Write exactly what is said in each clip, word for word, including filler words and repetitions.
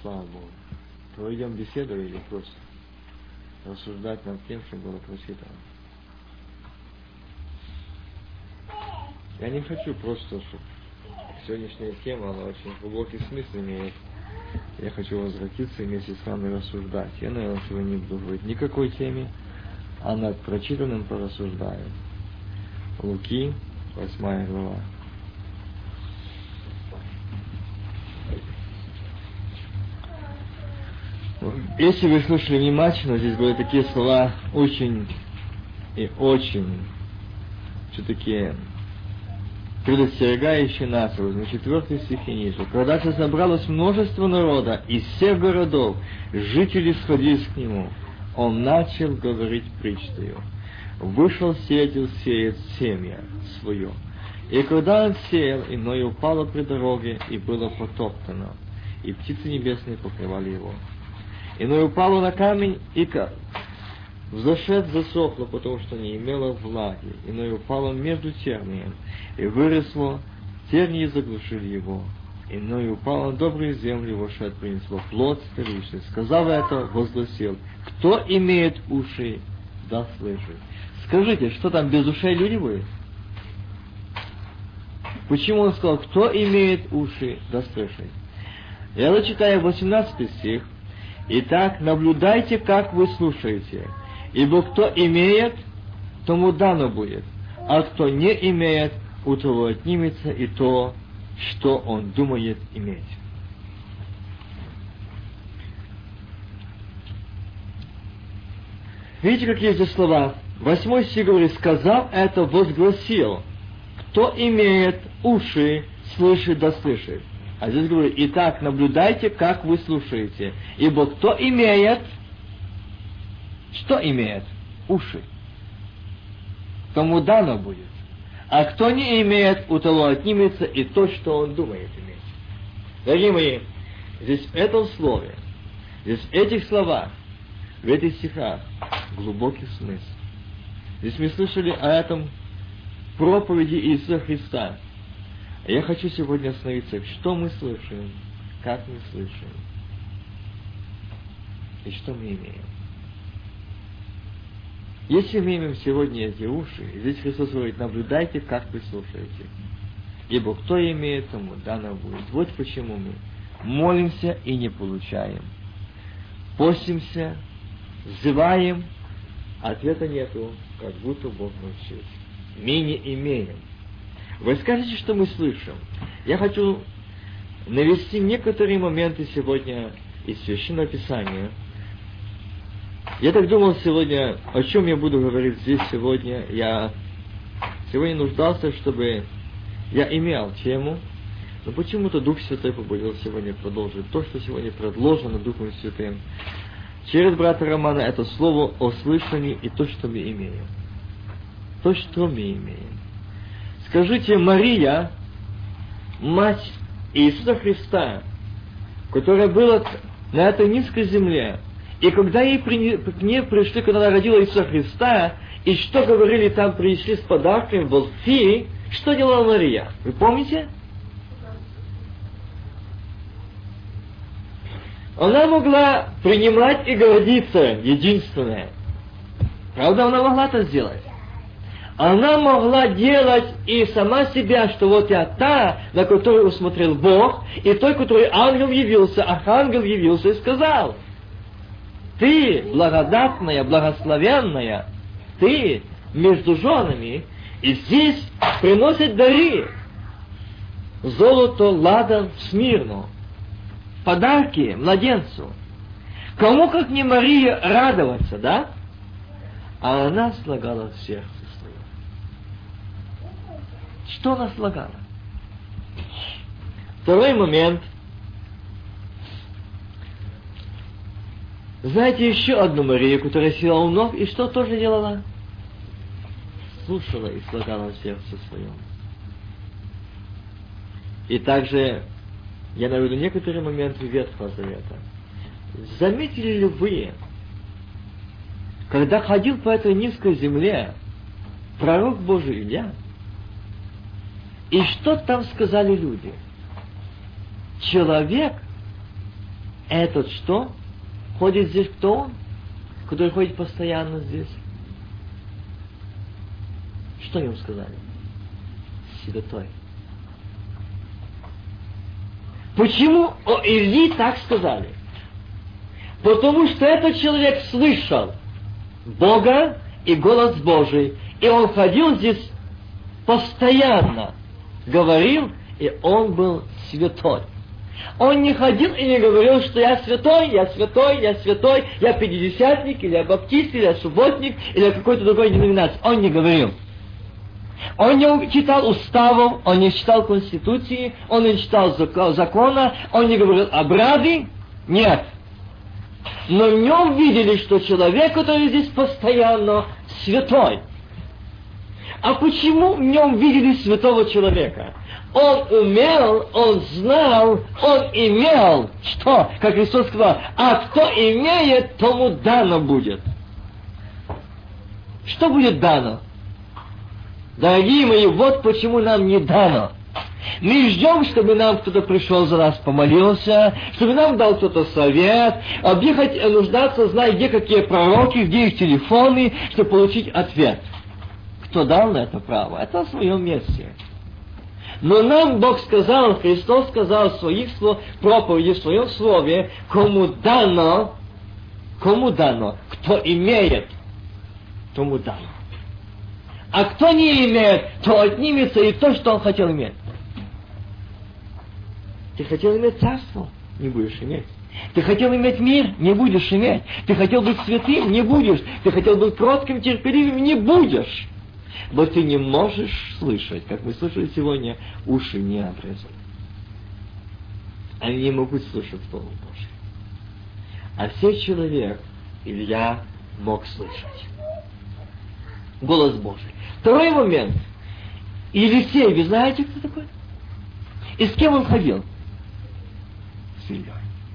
слава Богу. Проведем беседу или просто рассуждать над тем, что было прочитано. Я не хочу просто, чтобы сегодняшняя тема, она очень глубокий смысл имеет. Я хочу возвратиться и вместе с вами рассуждать. Я, наверное, сегодня не буду говорить никакой теме, а над прочитанным порассуждаю. Луки, восьмая глава. Если вы слушали внимательно, здесь были такие слова очень и очень все-таки предостерегающие нас. На четвертый стих и ниже. Когда-то собралось множество народа из всех городов, жители сходились к нему. Он начал говорить притчею. Вышел сеятель сеять семя свое. И когда он сеял, иное упало при дороге, и было потоптано, и птицы небесные покрывали его. Иное упало на камень, и взошед засохло, потому что не имело влаги. Иное упало между тернием, и выросло, тернии заглушили его. Иное упало на добрую землю, и вошед принесло плод столичный. Сказав это, возгласил: кто имеет уши, да слышит. Скажите, что там без ушей люди были? Почему он сказал, кто имеет уши, да слышит? Я зачитаю восемнадцатый стих. Итак, наблюдайте, как вы слушаете. Ибо кто имеет, тому дано будет, а кто не имеет, у того отнимется и то, что он думает иметь. Видите, какие здесь слова? Восьмой стих говорит: сказав это, возгласил: кто имеет уши, слышит да слышит. А здесь говорит: итак, наблюдайте, как вы слушаете. Ибо кто имеет, что имеет? Уши. Тому дано будет. А кто не имеет, у того отнимется и то, что он думает иметь. Дорогие мои, здесь в этом слове, здесь в этих словах, в этих стихах глубокий смысл. Здесь мы слышали о этом проповеди Иисуса Христа. Я хочу сегодня остановиться, что мы слышим, как мы слышим, и что мы имеем. Если мы имеем сегодня эти уши, здесь Христос говорит: наблюдайте, как вы слушаете. Ибо кто имеет, тому дано будет. Вот почему мы молимся и не получаем. Постимся, взываем, ответа нету, как будто Бог молчит. Мы не имеем. Вы скажете, что мы слышим. Я хочу навести некоторые моменты сегодня из Священного Писания. Я так думал сегодня, о чем я буду говорить здесь сегодня. Я сегодня нуждался, чтобы я имел тему, но почему-то Дух Святой побудил сегодня продолжить то, что сегодня предложено Духом Святым. Через брата Романа это слово о слышании и то, что мы имеем. То, что мы имеем. Скажите, Мария, мать Иисуса Христа, которая была на этой низкой земле, и когда ей при, к ней пришли, когда она родила Иисуса Христа, и что говорили там, пришли с подарками в Волфии, что делала Мария? Вы помните? Она могла принимать и гордиться, единственное. Правда, она могла это сделать. Она могла делать и сама себя, что вот я та, на которую усмотрел Бог, и той, которой ангел явился, архангел явился и сказал: ты благодатная, благословенная, ты между женами, и здесь приносят дары: золото, ладан, смирну, подарки младенцу. Кому, как не Мария, радоваться, да? А она слагала в сердце своем. Что она слагала? Второй момент. Знаете еще одну Марию, которая села у ног, и что тоже делала? Слушала и слагала в сердце своем. И также я наведу некоторые моменты Ветхого Завета. Заметили ли вы, когда ходил по этой низкой земле пророк Божий Илья, и что там сказали люди? Человек Этот что? Ходит здесь кто он? Который ходит постоянно здесь? Что ему сказали? Святой. Почему о Илии так сказали? Потому что этот человек слышал Бога и голос Божий, и он ходил здесь постоянно, говорил, и он был святой. Он не ходил и не говорил, что я святой, я святой, я святой, я пятидесятник, или я баптист, или я субботник, или я какой-то другой деноминации. Он не говорил. Он не читал уставов, он не читал конституции, он не читал закона, он не говорил обряды. Нет. Но в нем видели, что человек, который здесь постоянно, святой. А почему в нем видели святого человека? Он умел, он знал, он имел. Что? Как Христос сказал, а кто имеет, тому дано будет. Что будет дано? Дорогие мои, вот почему нам не дано. Мы ждем, чтобы нам кто-то пришел за нас, помолился, чтобы нам дал кто-то совет, объехать, нуждаться, зная, где какие пророки, где их телефоны, чтобы получить ответ. Кто дал на это право? Это в своем месте. Но нам Бог сказал, Христос сказал в своих слов, проповеди, в своем слове, кому дано, кому дано, кто имеет, тому дано. А кто не имеет, то отнимется и то, что он хотел иметь. Ты хотел иметь царство? Не будешь иметь. Ты хотел иметь мир? Не будешь иметь. Ты хотел быть святым? Не будешь. Ты хотел быть кротким, терпеливым? Не будешь. Вот ты не можешь слышать, как мы слышали сегодня, уши не обрезаны. Они не могут слышать Слово Божие. А сей человек, Илья, мог слышать голос Божий. Второй момент. Елисей, вы знаете, кто такой? И с кем он ходил? С Ильей.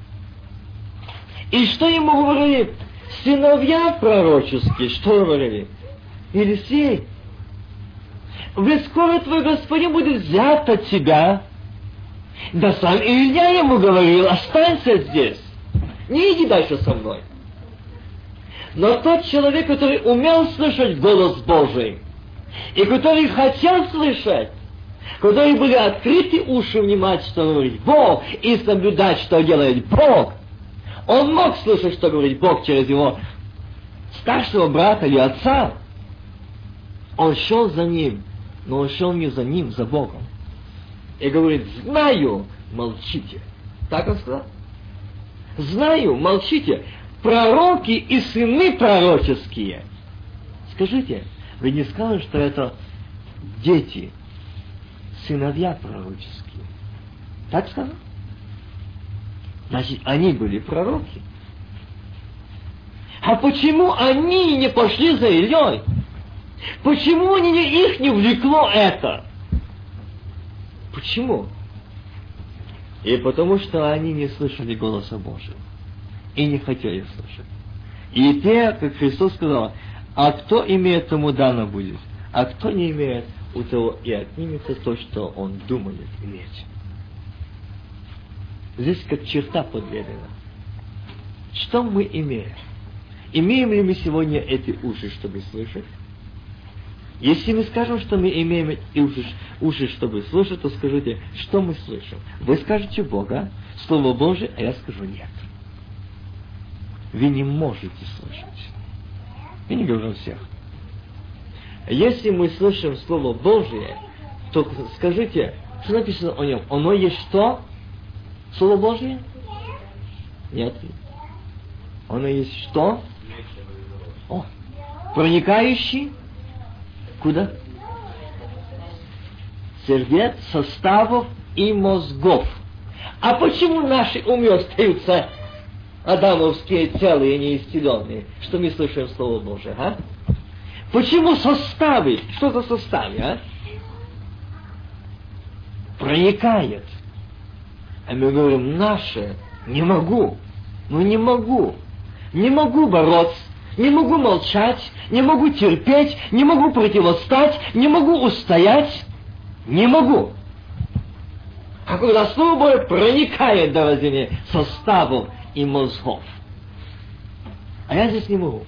И что ему говорили? Сыновья пророческие, что говорили? Елисей, вы скоро твой господин будет взят от тебя. Да сам Илья ему говорил, останься здесь, не иди дальше со мной. Но тот человек, который умел слышать голос Божий, и который хотел слышать, которые были открыты уши внимать, что говорит Бог, и соблюдать, что делает Бог, он мог слышать, что говорит Бог через его старшего брата или отца. Он шел за ним, но он шел не за ним, за Богом. И говорит, знаю, молчите. Так он сказал? Знаю, молчите. Пророки и сыны пророческие. Скажите, вы не скажете, что это дети, сыновья пророческие? Так сказал? Значит, они были пророки. А почему они не пошли за Ильей? Почему они, их не влекло это? Почему? И потому что они не слышали голоса Божьего. И не хотели слышать. И те, как Христос сказал, а кто имеет, тому дано будет. А кто не имеет, у того и отнимется то, что он думает иметь. Здесь как черта подведена. Что мы имеем? Имеем ли мы сегодня эти уши, чтобы слышать? Если мы скажем, что мы имеем эти уши, уши, чтобы слышать, то скажите, что мы слышим? Вы скажете Бога, Слово Божие, а я скажу нет. Вы не можете слышать. Я не говорю всех. Если мы слышим Слово Божие, то скажите, что написано о нем? Оно есть что? Слово Божие? Нет. Оно есть что? О, проникающий. Куда? Сердец, составов и мозгов. А почему наши умы остаются адамовские, целые, неисцеленные? Что мы слышим Слово Божие, а? Почему составы? Что за составы, а? Проникает. А мы говорим, наше, не могу, ну не могу, не могу бороться, не могу молчать, не могу терпеть, не могу противостать, не могу устоять, не могу. А когда Слово Божие проникает до разделения составов и мозгов. А я здесь не могу.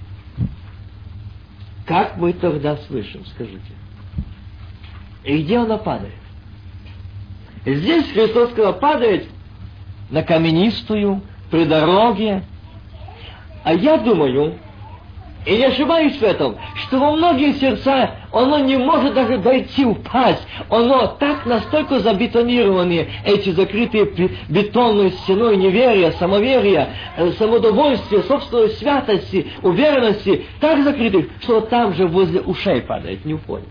Как мы тогда слышим, скажите? И где оно падает? Здесь Христос сказал, падает на каменистую, при дороге. А я думаю, и не ошибаюсь в этом, что во многие сердца оно не может даже дойти, упасть. Оно так настолько забетонированы, эти закрытые бетонной стеной неверия, самоверия, самодовольствия, собственной святости, уверенности, так закрыты, что там же возле ушей падает, не уходит.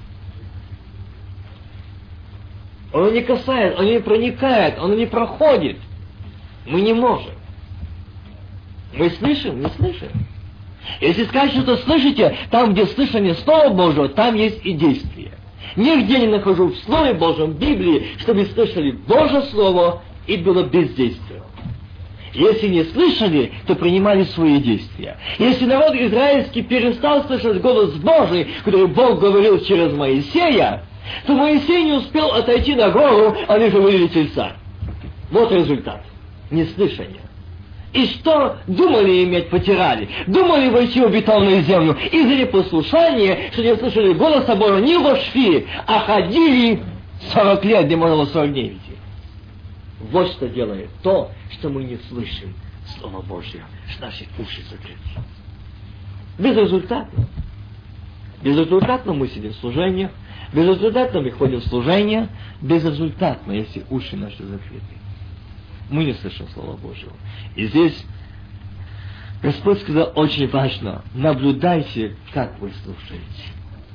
Оно не касается, оно не проникает, оно не проходит. Мы не можем. Мы слышим, не слышим. Если сказать, что слышите, там, где слышание Слова Божьего, там есть и действие. Нигде не нахожу в Слове Божьем, в Библии, чтобы слышали Божье Слово и было бездействие. Если не слышали, то принимали свои действия. Если народ израильский перестал слышать голос Божий, который Бог говорил через Моисея, то Моисей не успел отойти на гору, они же вывели тельца. Вот результат. Неслышание. И что думали иметь, потирали? Думали войти в бетонную землю. Из-за непослушания, что не слышали голоса Божьего, не вошли, а ходили сорок лет, где можно было сорок дней идти. Вот что делает то, что мы не слышим Слово Божье, что наши уши закрыты. Безрезультатно. Безрезультатно мы сидим в служениях, безрезультатно мы ходим в служение, безрезультатно, если уши наши закрыты. Мы не слышим Слова Божьего. И здесь Господь сказал очень важно, наблюдайте, как вы слушаете.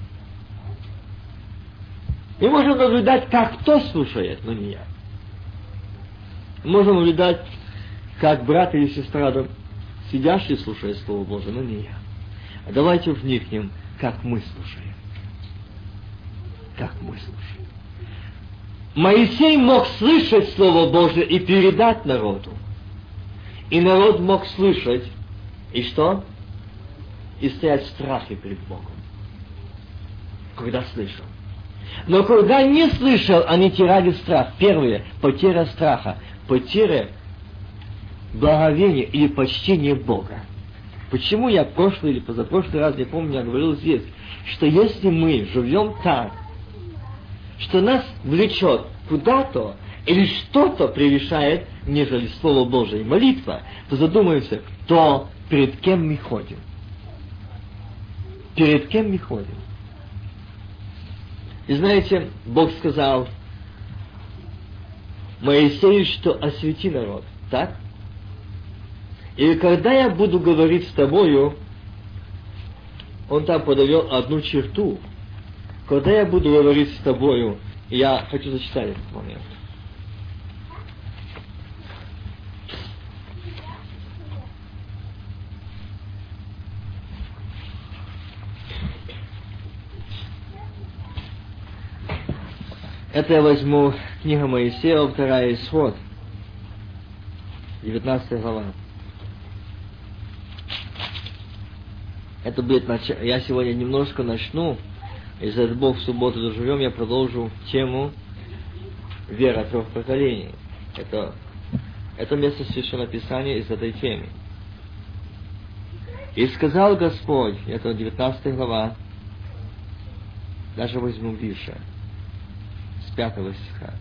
Мы можем наблюдать, как кто слушает, но не я. Можем наблюдать, как брат или сестра рядом сидящие слушают Слово Божие, но не я. А давайте вникнем, как мы слушаем. Как мы слушаем. Моисей мог слышать Слово Божие и передать народу. И народ мог слышать, и что? И стоять в страхе перед Богом. Когда слышал. Но когда не слышал, они теряли страх. Первое, потеря страха. Потеря благовения или почтения Бога. Почему я в прошлый или позапрошлый раз, не помню, я говорил здесь, что если мы живем так, что нас влечет куда-то, или что-то превышает, нежели Слово Божие и молитва, то задумаемся, то перед кем мы ходим. Перед кем мы ходим. И знаете, Бог сказал Моисею, что освети народ, так? И когда я буду говорить с тобою, он там подавил одну черту. Когда я буду говорить с тобою, я хочу зачитать этот момент. Это я возьму книга Моисея, вторая Исход, девятнадцатая глава. Это будет начало. Я сегодня немножко начну. Если Бог в субботу доживем, я продолжу тему вера трех поколений. Это, это место Священного Писания из этой темы. И сказал Господь, это девятнадцатая глава, даже возьму выше, с пятого стиха.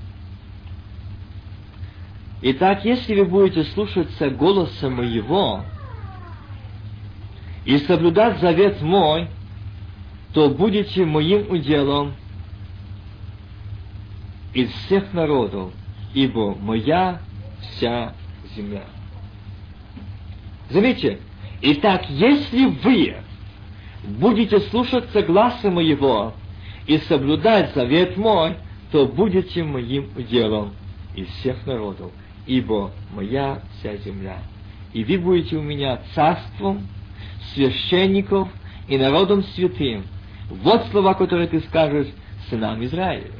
Итак, если вы будете слушаться голоса моего и соблюдать завет мой, то будете моим уделом из всех народов, ибо моя вся земля. Заметьте, итак, если вы будете слушаться гласа моего и соблюдать завет мой, то будете моим уделом из всех народов, ибо моя вся земля. И вы будете у меня царством священников и народом святым. Вот слова, которые ты скажешь сынам Израиля.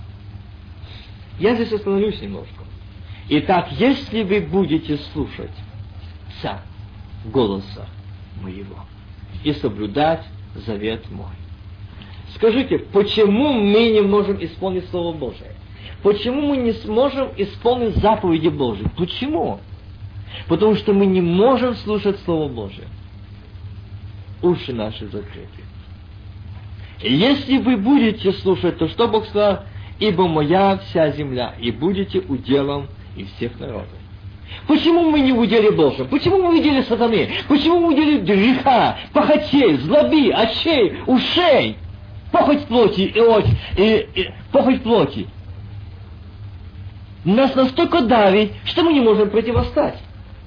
Я здесь остановлюсь немножко. Итак, если вы будете слушать Отца, голоса моего, и соблюдать завет мой. Скажите, почему мы не можем исполнить Слово Божие? Почему мы не сможем исполнить заповеди Божьи? Почему? Потому что мы не можем слушать Слово Божие. Уши наши закрыты. И если вы будете слушать, то что Бог сказал? Ибо моя вся земля, и будете уделом и всех народов. Почему мы не в уделе Божьем? Почему мы в уделе сатаны? Почему мы в уделе греха, похотей, злоби, очей, ушей? Похоть плоти и, очь, и, и похоть плоти. Нас настолько давит, что мы не можем противостать.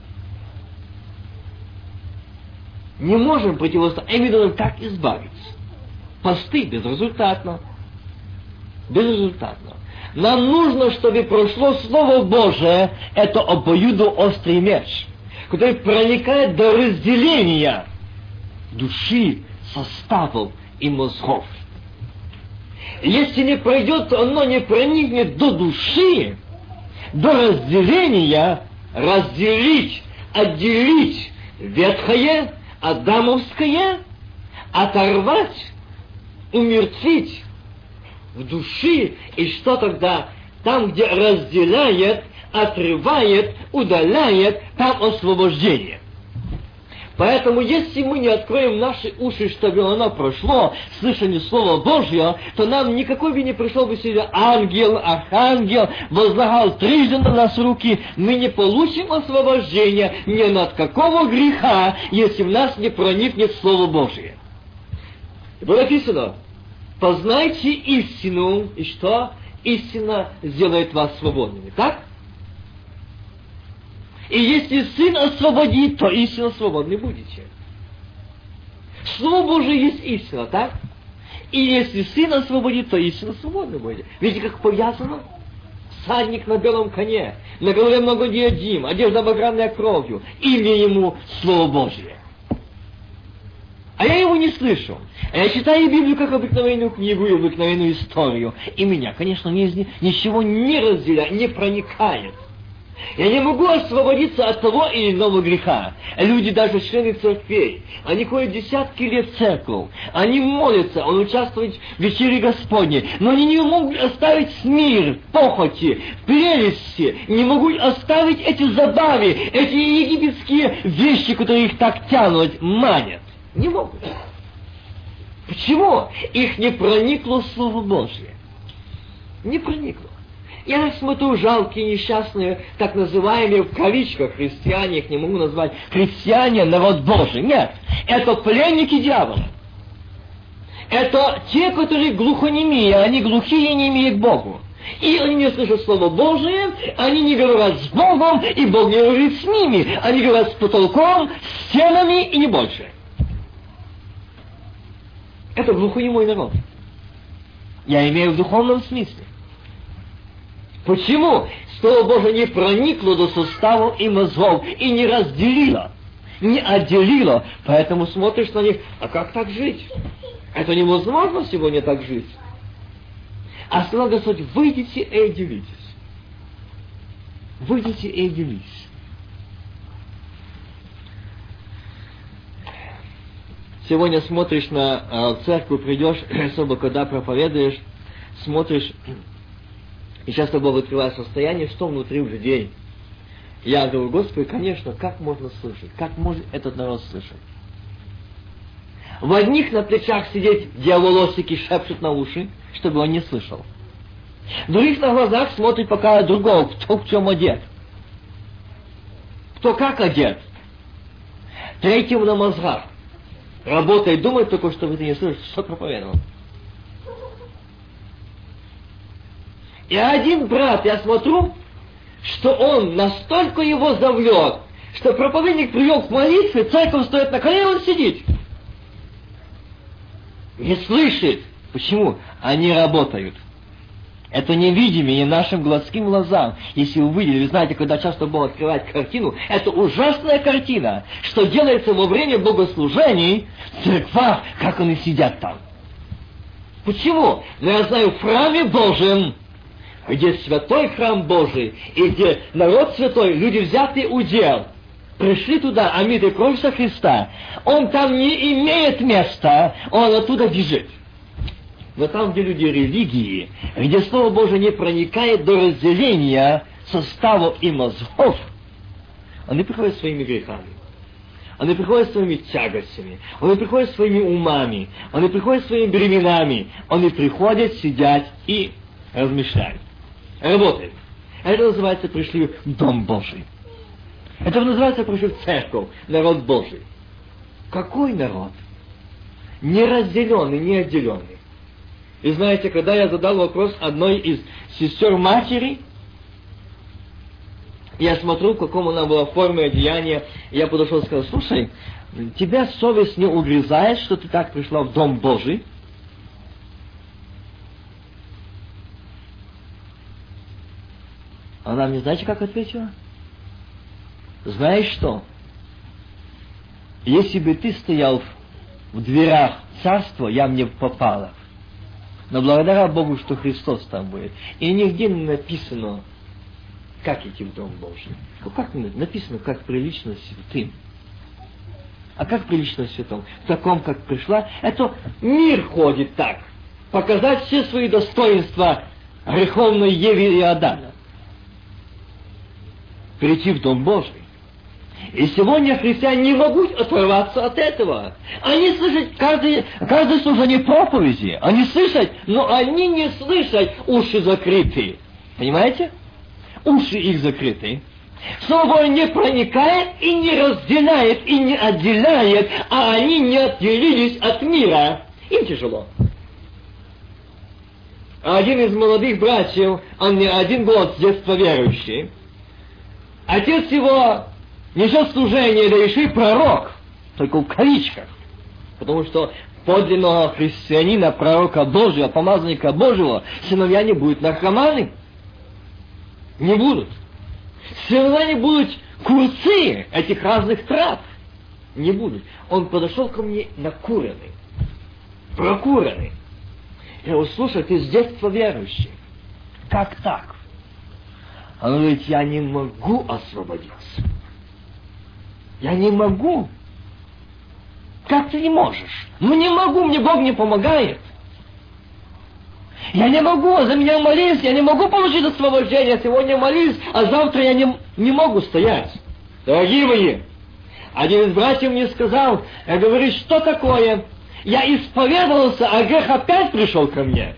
Не можем противостать. А именно как избавиться? Посты безрезультатно. Безрезультатно. Нам нужно, чтобы прошло Слово Божие, это обоюдоострый меч, который проникает до разделения души, составов и мозгов. Если не пройдет, оно не проникнет до души, до разделения, разделить, отделить ветхое, адамовское, оторвать, умертвить в души, и что тогда? Там, где разделяет, отрывает, удаляет, там освобождение. Поэтому, если мы не откроем наши уши, чтобы оно прошло, слышание Слова Божьего, то нам никакой бы не пришел бы сюда ангел, архангел, возлагал трижды на нас руки. Мы не получим освобождения ни от какого греха, если в нас не проникнет Слово Божие. И было написано: познайте истину, и что? Истина сделает вас свободными. Так? И если Сын освободит, то истинно свободны будете. Слово Божие есть истина, так? И если Сын освободит, то истинно свободны будете. Видите, как повязано? Всадник на белом коне, на голове много диадим, одежда обогранная кровью, имя ему Слово Божие. А я его не слышу. А я читаю Библию как обыкновенную книгу и обыкновенную историю. И меня, конечно, ни, ничего не разделяет, не проникает. Я не могу освободиться от того или иного греха. Люди, даже члены церквей, они ходят десятки лет в церковь, они молятся, он участвует в вечере Господней, но они не могут оставить мир, похоти, прелести, не могут оставить эти забавы, эти египетские вещи, которые их так тянут, манят. Не могут. Почему? Их не проникло Слово Божие. Не проникло. Я смотрю, жалкие, несчастные, так называемые в кавичках христиане, их не могу назвать христиане, народ Божий. Нет, это пленники дьявола. Это те, которые глухонемие, они глухие и немые к Богу. И они не слышат Слово Божие, они не говорят с Богом, и Бог не говорит с ними. Они говорят с потолком, с стенами и не больше. Это глухонемой народ. Я имею в духовном смысле. Почему Слово Божие не проникло до суставов и мозгов и не разделило, не отделило? Поэтому смотришь на них, а как так жить? Это невозможно сегодня так жить. А сказал Господь: выйдите и отделитесь. Выйдите и отделитесь. Сегодня смотришь на э, церковь, придешь, особо когда проповедуешь, смотришь, и часто Бог открывает состояние, что внутри у людей. Я говорю: Господи, конечно, как можно слышать? Как может этот народ слышать? В одних на плечах сидеть дьяволосики шепчут на уши, чтобы он не слышал. Других на глазах смотрит пока другого, кто в чем одет. Кто как одет. Третьему на мозгах. Работает, думает только, чтобы ты не слышишь, что проповедовал. И один брат, я смотрю, что он настолько его завлек, что проповедник привел к молитве, церковь стоит на колене, он сидит. Не слышит. Почему? Они работают. Это невидимее нашим глазским глазам. Если вы увидели, вы знаете, когда часто Бог открывает картину, это ужасная картина, что делается во время богослужений в церквах, как они сидят там. Почему? Но я знаю, в храме Божьем, где святой храм Божий, и где народ святой, люди взятые удел, пришли туда, омиты кровью Христа, он там не имеет места, он оттуда бежит. Но там, где люди религии, где Слово Божие не проникает до разделения составов и мозгов, они приходят своими грехами. Они приходят своими тягостями, они приходят своими умами, они приходят своими бременами, они приходят, сидят и размышляют. Работают. Это называется пришли в Дом Божий. Это называется пришли в церковь, народ Божий. Какой народ? Не разделенный, не отделенный. И знаете, когда я задал вопрос одной из сестер матери, я смотрю, в каком она была форме одеяния, и я подошел и сказал: слушай, тебя совесть не угрызает, что ты так пришла в Дом Божий? Она мне, знаете, как ответила? Знаешь что? Если бы ты стоял в дверях царства, я мне попала. Но благодаря Богу, что Христос там будет. И нигде не написано, как идти в Дом Божий. Ну, как написано, как прилично святым. А как прилично святым? В таком, как пришла, это мир ходит так. Показать все свои достоинства греховной Еве и Адама. Прийти в Дом Божий. И сегодня христиане не могут оторваться от этого. Они слышат каждое, каждое служение проповеди. Они слышат, но они не слышат, уши закрыты. Понимаете? Уши их закрыты. Слово не проникает и не разделяет, и не отделяет, а они не отделились от мира. Им тяжело. Один из молодых братьев, он не один год с детства верующий. Отец его несет служение, да еще и пророк, только в кавичках. Потому что подлинного христианина, пророка Божьего, помазанника Божьего, сыновья не будут наркоманы. Не будут. Сыновья не будут курцы этих разных трав. Не будут. Он подошел ко мне накуренный, прокуренный. Я его слушаю, ты с детства верующий. Как так? Он говорит: я не могу освободиться. Я не могу. Как ты не можешь? Ну не могу, мне Бог не помогает. Я не могу, за меня молись, я не могу получить освобождение. Сегодня молись, а завтра я не, не могу стоять. Дорогие мои, один из братьев мне сказал, я говорю: что такое? Я исповедовался, а грех опять пришел ко мне.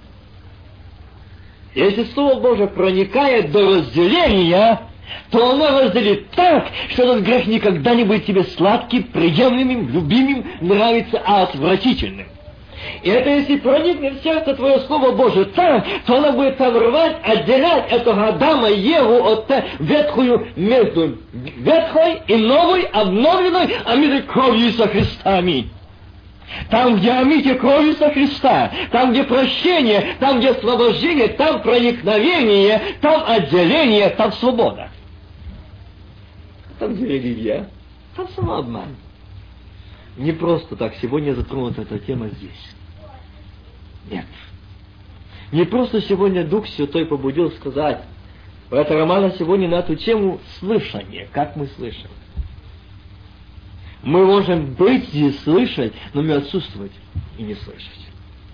Если Слово Божие проникает до разделения, то оно разделит так, что этот грех никогда не будет тебе сладким, приемлемым, любимым, нравится, а отвратительным. И это если проникнет в сердце твое Слово Божие так, то оно будет там рвать, отделять этого Адама и Еву от ветхую между ветхой и новой, обновленной, а между кровью Иисуса Христа. Аминь. Там, где омытие кровью Иисуса Христа, там, где прощение, там, где освобождение, там проникновение, там отделение, там свобода. Там, где религия, там самообман. Не просто так сегодня затронута эта тема здесь. Нет. Не просто сегодня Дух Святой побудил сказать, брат Романа сегодня на эту тему слышание, как мы слышим. Мы можем быть здесь, слышать, но мы отсутствовать и не слышать.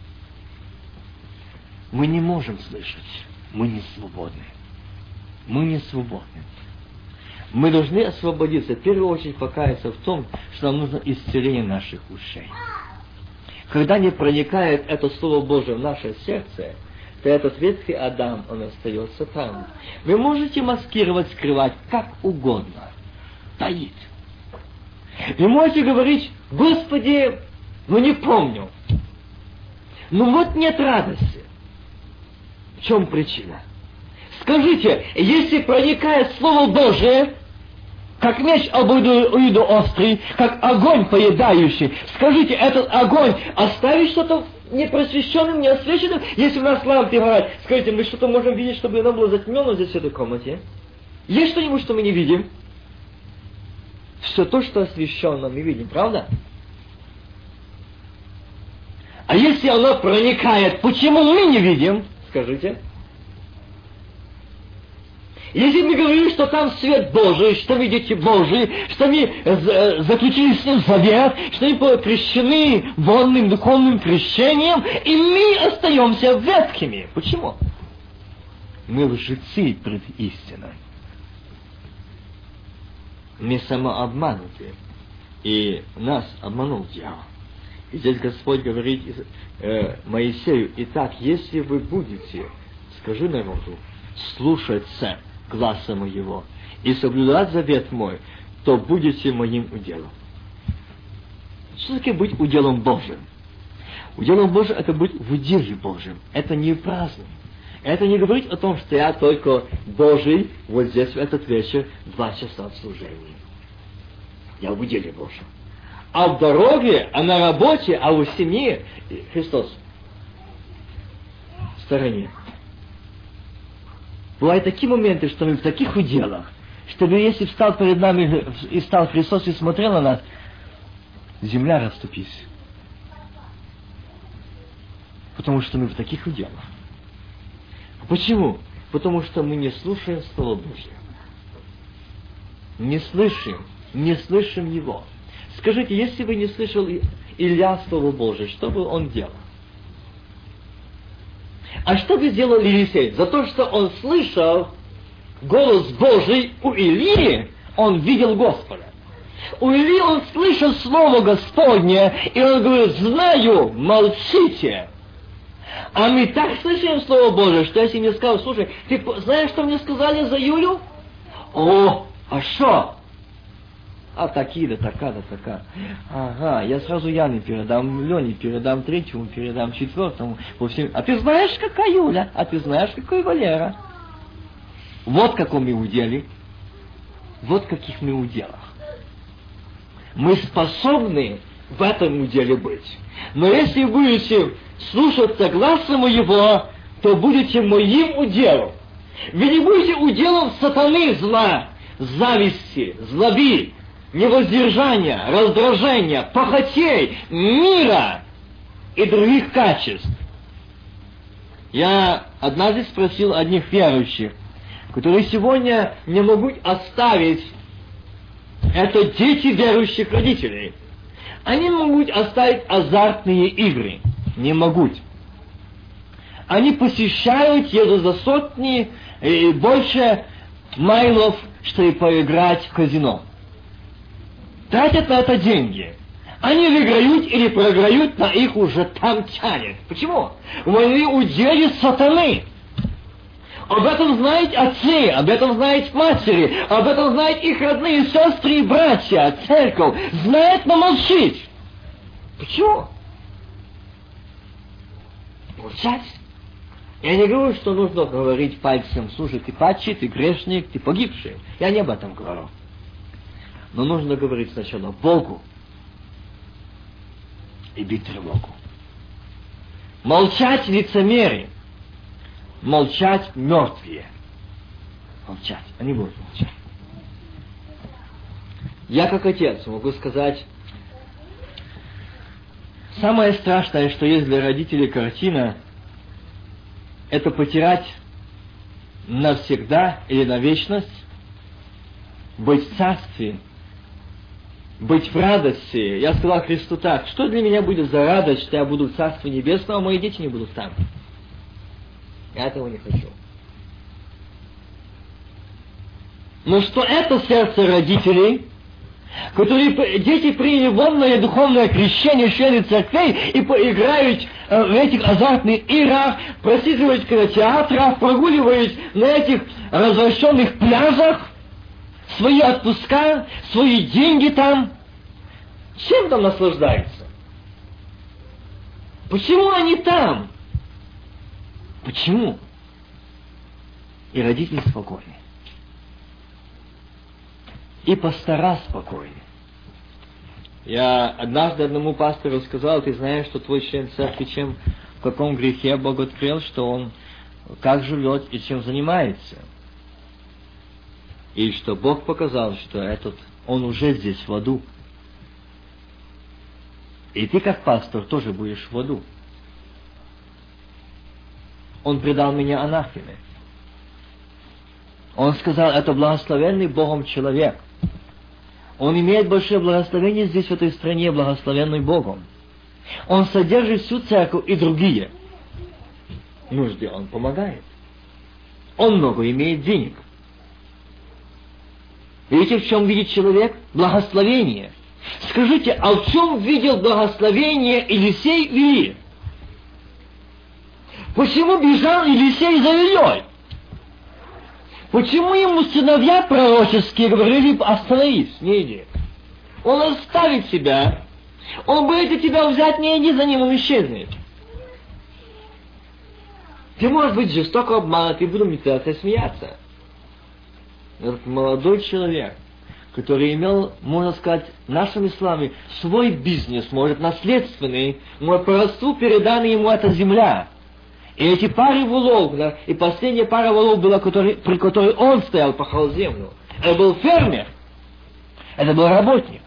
Мы не можем слышать. Мы не свободны. Мы не свободны. Мы должны освободиться. В первую очередь покаяться в том, что нам нужно исцеление наших ушей. Когда не проникает это Слово Божие в наше сердце, то этот ветхий Адам, он остается там. Вы можете маскировать, скрывать как угодно. Таить. Вы можете говорить: Господи, ну не помню. Ну вот нет радости. В чем причина? Скажите, если проникает Слово Божие, как меч обоюду острый, как огонь поедающий, скажите, этот огонь оставить что-то непросвещенным, неосвещенным? Если у нас лампы горят, скажите, мы что-то можем видеть, чтобы оно было затемнено здесь в этой комнате? Есть что-нибудь, что мы не видим? Все то, что освещено, мы видим, правда? А если оно проникает, почему мы не видим? Скажите. Если мы говорим, что там свет Божий, что мы дети Божии, что мы заключили с Ним завет, что мы крещены водным духовным крещением, и мы остаемся ветхими. Почему? Мы лжецы пред истиной. Мы самообмануты. И нас обманул дьявол. И здесь Господь говорит э, Моисею: «Итак, если вы будете, скажи народу, слушаться гласа моего и соблюдать завет мой, то будете моим уделом». Что такое быть уделом Божьим? Уделом Божьим — это быть в уделе Божьим. Это не праздно. Это не говорить о том, что я только Божий вот здесь в этот вечер два часа в служении. Я в уделе Божьем. А в дороге, а на работе, а в семье Христос в стороне. Бывают такие моменты, что мы в таких уделах, что если встал перед нами и стал Христос и смотрел на нас, земля расступись. Потому что мы в таких уделах. Почему? Потому что мы не слушаем Слово Божье. Не слышим, не слышим Его. Скажите, если бы не слышал Илья Слово Божие, что бы он делал? А что бы сделал Елисей? За то, что он слышал голос Божий у Илии, он видел Господа. У Илии он слышал Слово Господне, и он говорит: знаю, молчите. А мы так слышим Слово Божие, что если мне сказал: слушай, ты знаешь, что мне сказали за Юлю? О, а что? А такие, да такая, да такая. Ага, я сразу Яне передам, Лене передам, третьему передам, четвертому. По всем. А ты знаешь, какая Юля? А ты знаешь, какой Валера? Вот в каком мы уделе. Вот в каких мы уделах. Мы способны в этом уделе быть. Но если будете слушаться гласа моего, то будете моим уделом. Вы не будете уделом сатаны зла, зависти, злоби, невоздержания, раздражения, похотей, мира и других качеств. Я однажды спросил одних верующих, которые сегодня не могут оставить, это дети верующих родителей. Они могут оставить азартные игры. Не могут. Они посещают, едут за сотни и больше майлов, чтобы поиграть в казино. Тратят на это деньги. Они выиграют или проиграют, на их уже там тянет. Почему? Они уделе сатаны. Об этом знают отцы, об этом знают матери, об этом знают их родные сестры и братья, церковь. Знает, но молчит. Почему? Молчать. Я не говорю, что нужно говорить пальцем: слушай, ты падший, ты грешник, ты погибший. Я не об этом говорю. Но нужно говорить сначала Богу и бить тревогу. Молчать лицемерие. Молчать мертвые. Молчать. Они будут молчать. Я как отец могу сказать, самое страшное, что есть для родителей картина, это потерять навсегда или на вечность, быть в царстве, быть в радости. Я сказал Христу так: что для меня будет за радость, что я буду в Царстве Небесном, а мои дети не будут там? Я этого не хочу. Но что это сердце родителей, которые дети приняли водное духовное крещение, члены церквей, и поиграют э, в этих азартных играх, просиживают в кинотеатрах, прогуливают на этих развращенных пляжах, свои отпуска, свои деньги там. Чем там наслаждаются? Почему они там? Почему? И родители спокойны. И пастора спокойны. Я однажды одному пастору сказал: ты знаешь, что твой член церкви, чем, в каком грехе Бог открыл, что он как живет и чем занимается. И что Бог показал, что этот, он уже здесь в аду. И ты, как пастор, тоже будешь в аду. Он предал меня анафеме. Он сказал, это благословенный Богом человек. Он имеет большое благословение здесь, в этой стране, благословенный Богом. Он содержит всю церковь и другие нужды. Он помогает. Он много имеет денег. Видите, в чем видит человек? Благословение. Скажите, а в чем видел благословение Елисей в Илии? Почему бежал Елисей за Ильей? Почему ему сыновья пророческие говорили, остановись, не иди? Он оставит себя. Он боится тебя взять, не иди за ним, он исчезнет. Ты можешь быть жестоко обманут, и буду метаться и смеяться. Этот молодой человек, который имел, можно сказать, в нашем исламе свой бизнес, может, наследственный, может, по родству передана ему эта земля. И эти пары волов, да, и последняя пара волов была, который, при которой он стоял, пахал землю. Это был фермер. Это был работник.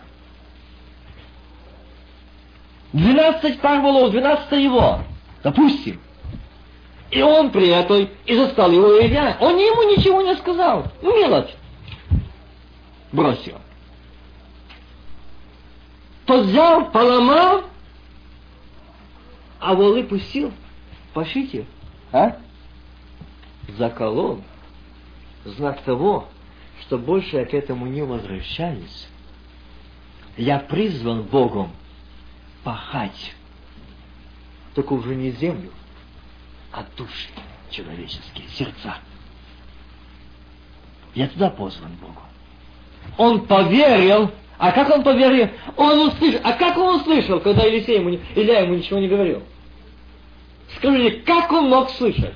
Двенадцать пар волов, двенадцать его, допустим. И он при этом и застал его Илья. Он ему ничего не сказал. Мелочь. Бросил. Тот взял, поломал, а волы пустил. Пошлите, а? Заколол. Знак того, что больше я к этому не возвращаюсь. Я призван Богом пахать. Только уже не землю, а души человеческие, сердца. Я туда позван Богу. Он поверил. А как он поверил? Он услышал. А как он услышал, когда Елисей ему, Илья ему ничего не говорил? Скажите, как он мог слышать?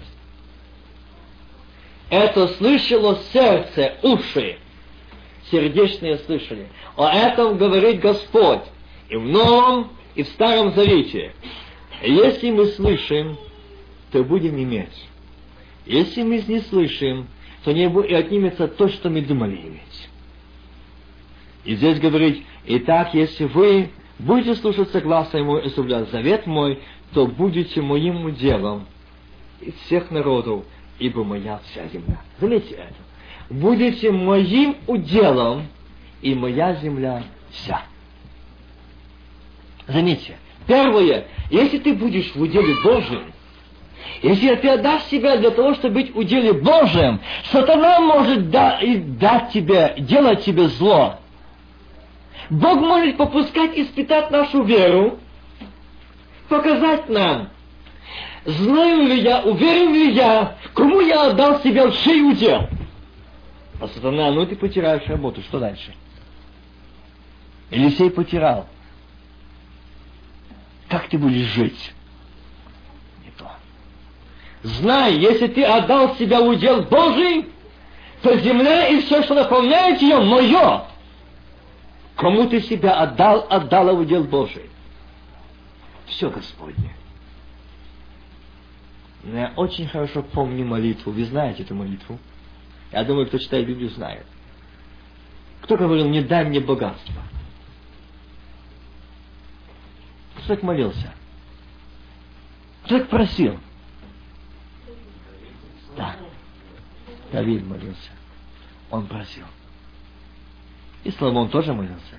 Это слышало сердце, уши. Сердечные слышали. О этом говорит Господь. И в Новом, и в Старом Завете. Если мы слышим, то будем иметь. Если мы не слышим, то не и отнимется то, что мы думали иметь. И здесь говорит, итак, если вы будете слушаться гласа Ему и соблюдать завет мой, то будете моим уделом из всех народов, ибо моя вся земля. Заметьте это. Будете моим уделом, и моя земля вся. Заметьте. Первое, если ты будешь в уделе Божьем, если ты отдашь себя для того, чтобы быть в уделе Божьем, сатана может да, дать тебе, делать тебе зло. Бог может попускать испытать нашу веру, показать нам, знаю ли я, уверен ли я, кому я отдал себя в чей удел. А сатана, ну ты потеряешь работу, что дальше? Елисей потерял. Как ты будешь жить? Не то. Знай, если ты отдал себя в удел Божий, то земля и все, что наполняет ее, мое. Кому ты себя отдал, отдала в удел Божий. Все Господне. Но я очень хорошо помню молитву. Вы знаете эту молитву? Я думаю, кто читает Библию, знает. Кто говорил, не дай мне богатство? Кто так молился? Кто так просил? Да. Давид молился. Он просил. И Соломон тоже молился.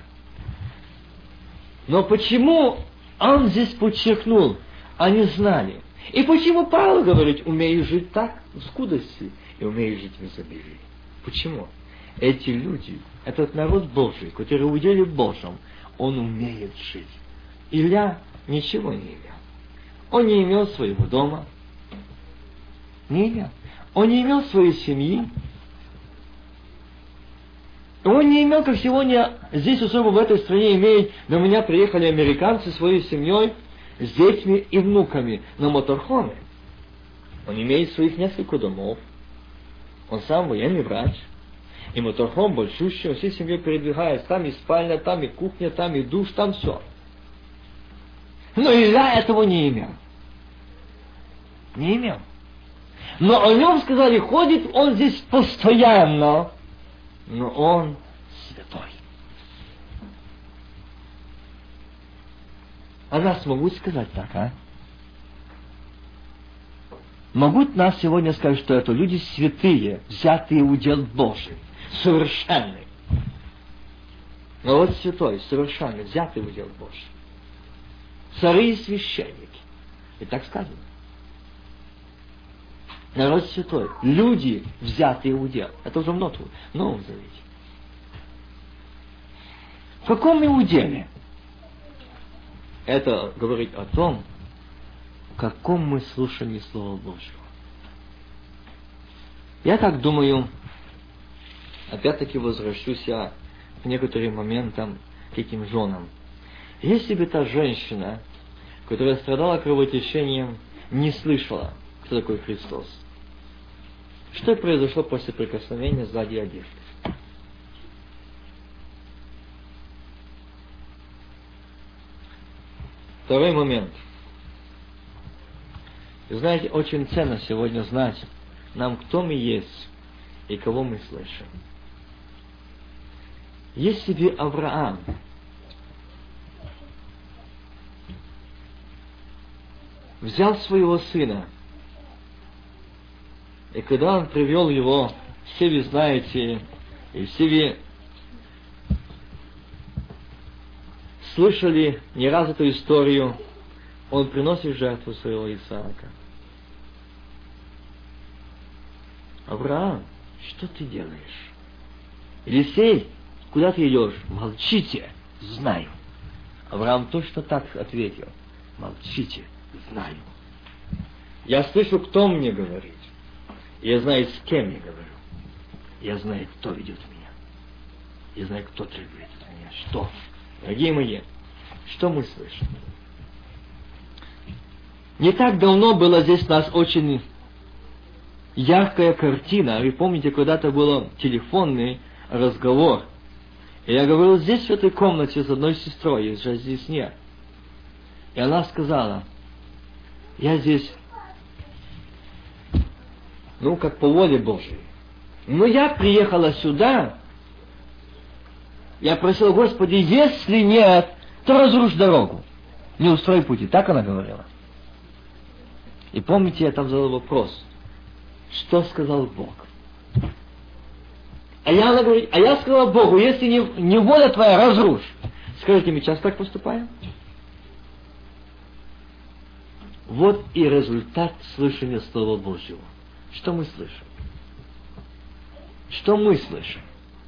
Но почему он здесь подчеркнул? Они знали. И почему Павел говорит, умею жить так, в скудости, и умею жить в изобилии? Почему? Эти люди, этот народ Божий, который в уделе Божьем, он умеет жить. Илья ничего не имел. Он не имел своего дома. Не имел. Он не имел своей семьи. Он не имел, как сегодня здесь, особо в этой стране, имеет, до меня приехали американцы своей семьей, с детьми и внуками на моторхоме. Он имеет своих несколько домов. Он сам военный врач. И моторхом большущий, он всей семьей передвигается. Там и спальня, там и кухня, там и душ, там все. Но Илья этого не имел. Не имел. Но о нем сказали, ходит он здесь постоянно, но он святой. А нас могут сказать так, а? Могут нас сегодня сказать, что это люди святые, взятые в удел Божий, совершенные. Народ святой, совершенный, взятый в удел Божий. Цари и священники. И так сказано. Народ святой, люди, взятые в удел. Это уже в Новом Завете. В каком мы уделе? Это говорит о том, в каком мы слушании Слова Божьего. Я так думаю, опять-таки возвращусь я к некоторым моментам, к этим женам. Если бы та женщина, которая страдала кровотечением, не слышала, кто такой Христос, что произошло после прикосновения сзади одежды? Второй момент. Вы знаете, очень ценно сегодня знать нам, кто мы есть и кого мы слышим. Если бы Авраам взял своего сына, и когда он привел его, все вы знаете, и все вы слышали не раз эту историю, он приносит жертву своего Исаака. Авраам, что ты делаешь? Елисей, куда ты идешь? Молчите, знаю. Авраам точно так ответил. Молчите, знаю. Я слышу, кто мне говорит. Я знаю, с кем я говорю. Я знаю, кто ведет меня. Я знаю, кто требует от меня. Что? Дорогие мои, что мы слышим? Не так давно была здесь у нас очень яркая картина. Вы помните, когда-то был телефонный разговор. И я говорил здесь, в этой комнате, с одной сестрой, из же здесь нет. И она сказала, я здесь, ну, как по воле Божьей. Но я приехала сюда, я просил, Господи, если нет, то разрушь дорогу. Не устрой пути. Так она говорила. И помните, я там задал вопрос. Что сказал Бог? А я, она говорит, а я сказал Богу, если не, не воля твоя, разрушь. Скажите, мы часто так поступаем? Вот и результат слышания Слова Божьего. Что мы слышим? Что мы слышим?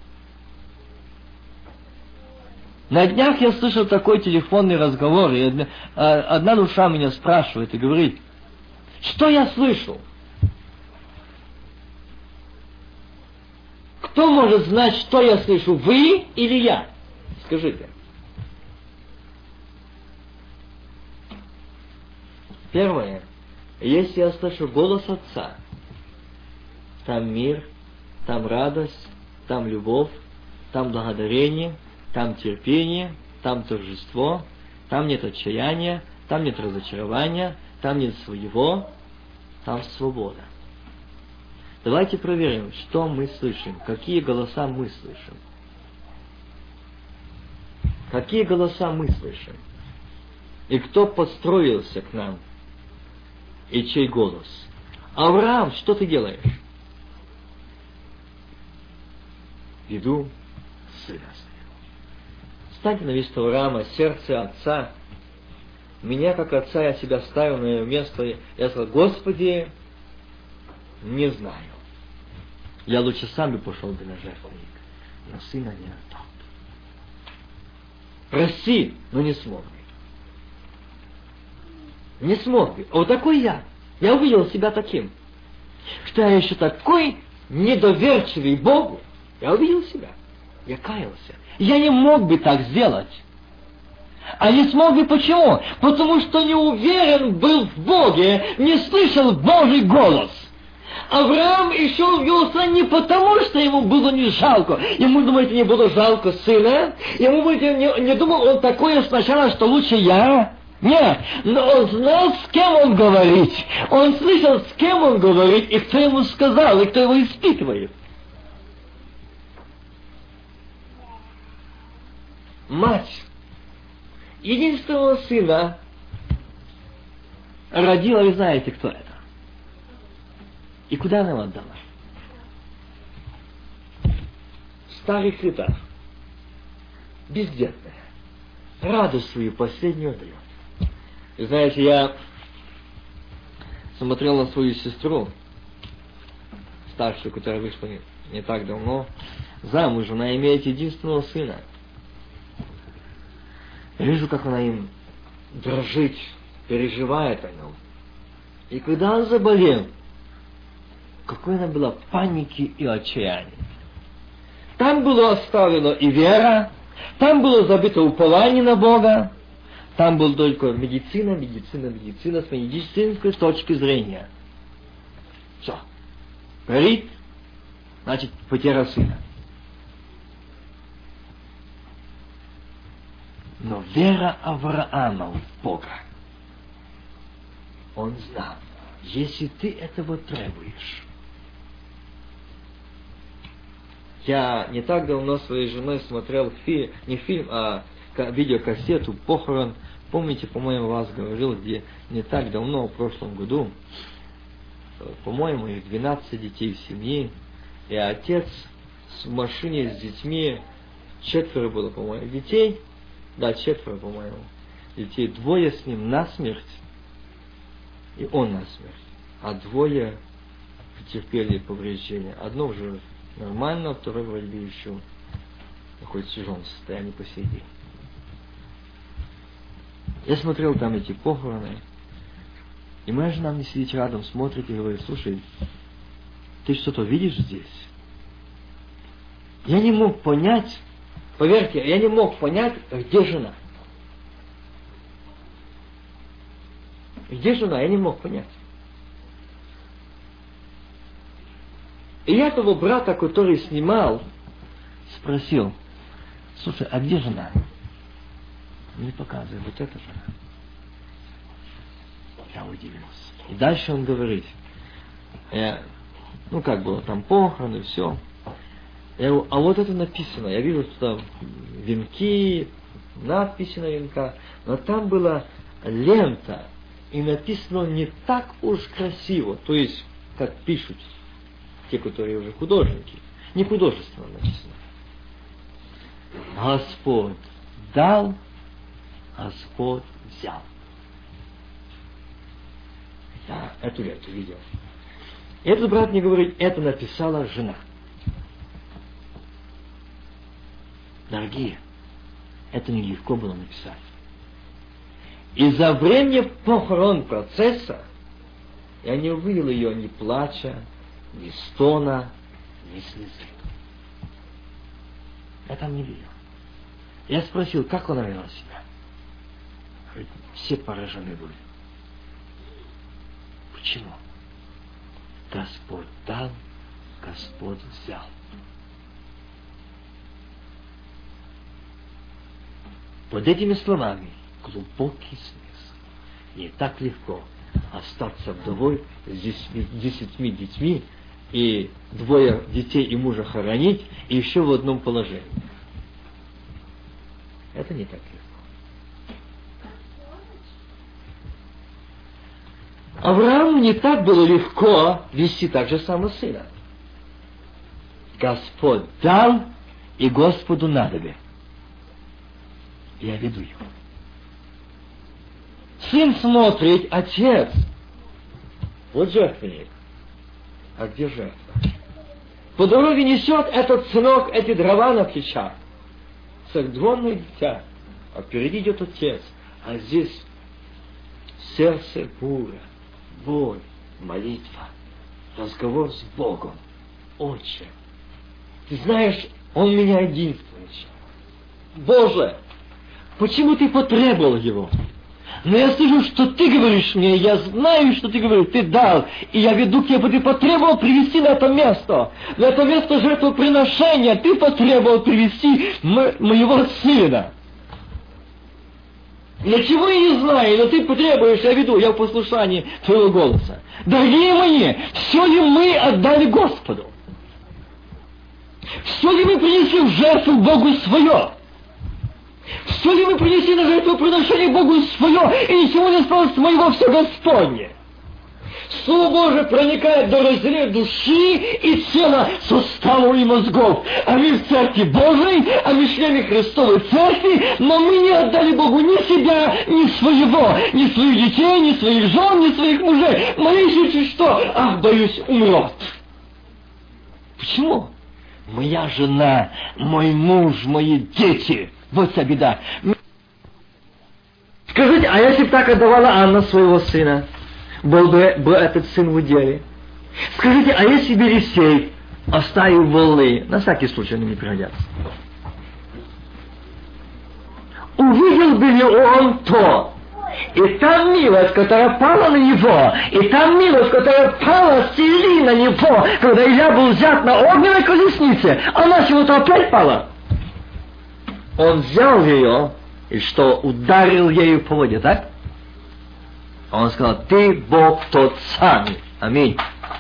На днях я слышал такой телефонный разговор, и одна, одна душа меня спрашивает и говорит, что я слышу? Кто может знать, что я слышу, вы или я? Скажите. Первое. Если я слышу голос Отца, там мир, там радость, там любовь, там благодарение, там терпение, там торжество, там нет отчаяния, там нет разочарования, там нет своего, там свобода. Давайте проверим, что мы слышим, какие голоса мы слышим. Какие голоса мы слышим. И кто подстроился к нам, и чей голос. Авраам, что ты делаешь? Веду сына своего. Встаньте на место Авраама, сердце отца. Меня, как отца, я себя ставил на его место. Я сказал, Господи, не знаю. Я лучше сам бы пошел бы на жертвенник, но сына не отдал. Прости, но не смог бы. Не смог бы. А вот такой я. Я увидел себя таким. Что я еще такой недоверчивый Богу. Я увидел себя. Я каялся. Я не мог бы так сделать. А не смог бы почему? Потому что не уверен был в Боге, не слышал Божий голос. Авраам еще ввелся не потому, что ему было не жалко. Ему, думаете, не было жалко сына? Ему, думаете, не, не думал он такое сначала, что лучше я? Нет, но он знал, с кем он говорит. Он слышал, с кем он говорит, и кто ему сказал, и кто его испытывает. Мать единственного сына родила, вы знаете, кто это? И куда она его отдала? Старый хлеб, бездетная, радость свою последнюю дает. И знаете, я смотрел на свою сестру, старшую, которая вышла не, не так давно, замуж, она имеет единственного сына. Я вижу, как она им дрожит, переживает о нем. И когда он заболел, какой она была паники и отчаяния. Там было оставлено и вера, там было забыто упование на Бога, там была только медицина, медицина, медицина с медицинской точки зрения. Все. Горит, значит, потеря сына. Но вера Авраама в Бога, он знал, если ты этого требуешь. Я не так давно своей женой смотрел фильм, не фильм, а видеокассету «Похорон». Помните, по-моему, вас говорил, где не так давно, в прошлом году, по-моему, их двенадцать детей в семье, и отец в машине с детьми, четверо было, по-моему, детей, да, четверо, по-моему, детей, двое с ним насмерть, и он насмерть, а двое потерпели повреждения. Одно уже нормально, второй вроде бы еще находится в тяжелом состоянии по сей день. Я смотрел там эти похороны, и моя жена мне сидит рядом, смотрит и говорит: слушай, ты что-то видишь здесь? Я не мог понять, поверьте, я не мог понять, где жена. Где жена, я не мог понять. И я того брата, который снимал, спросил: слушай, а где жена? Не показывай, вот эта жена. Я удивился. И дальше он говорит, я, ну как было, там похороны, все. Я говорю, а вот это написано, я вижу, что там венки, надписи на венках, но там была лента, и написано не так уж красиво, то есть, как пишут те, которые уже художники, не художественно написано. Господь дал, Господь взял. Я эту ленту видел. И этот брат мне говорит, это написала жена. Дорогие, это нелегко было написать. И за время похорон процесса я не увидел ее ни плача, ни стона, ни слезы. Я там не видел. Я спросил, как она вела себя. Говорит, все поражены были. Почему? Господь дал, Господь взял. Под этими словами глубокий смысл. Не так легко остаться вдовой с десятьми детьми и двое детей и мужа хоронить, и еще в одном положении. Это не так легко. Аврааму не так было легко вести так же само сына. Господь дал, и Господу надобе. Я веду его. Сын смотрит, отец. Вот жертвенник. А где жертва? По дороге несет этот сынок эти дрова на плечах. Согдвонное дитя. А впереди идет отец. А здесь сердце буря, боль, молитва, разговор с Богом. Отче, ты знаешь, он меня единственный. Боже, почему ты потребовал его? Но я слышу, что ты говоришь мне, я знаю, что ты говоришь, ты дал, и я веду к тебе, ты потребовал привести на это место, на это место жертвоприношения, ты потребовал привести мо- моего сына. Для чего я не знаю, но ты потребуешь, я веду, я в послушании твоего голоса. Дорогие мои, все ли мы отдали Господу? Все ли мы принесли в жертву Богу свое? Все ли мы принесли на жертвоприношение Богу свое, и ничего не осталось моего, все Господне? Слово Божие проникает до разделения души и тела, суставов и мозгов. А мы в Церкви Божией, а мы члены Христовой Церкви, но мы не отдали Богу ни себя, ни своего, ни своих детей, ни своих жен, ни своих мужей. Мои дети что? Ах, боюсь, умрет. Почему? Моя жена, мой муж, мои дети. Вот вся беда. Скажите, а если бы так отдавала Анна своего сына, был бы, бы этот сын в уделе? Скажите, а если бы Елисей оставил волны, на всякий случай они не пригодятся, увидел бы ли он то, и та милость, которая пала на него, и та милость, которая пала с Илии на него, когда Илья был взят на огненной колеснице, она чего-то опять пала. Он взял ее, и что, ударил ею по воде, так? Он сказал, ты Бог тот самый. Аминь.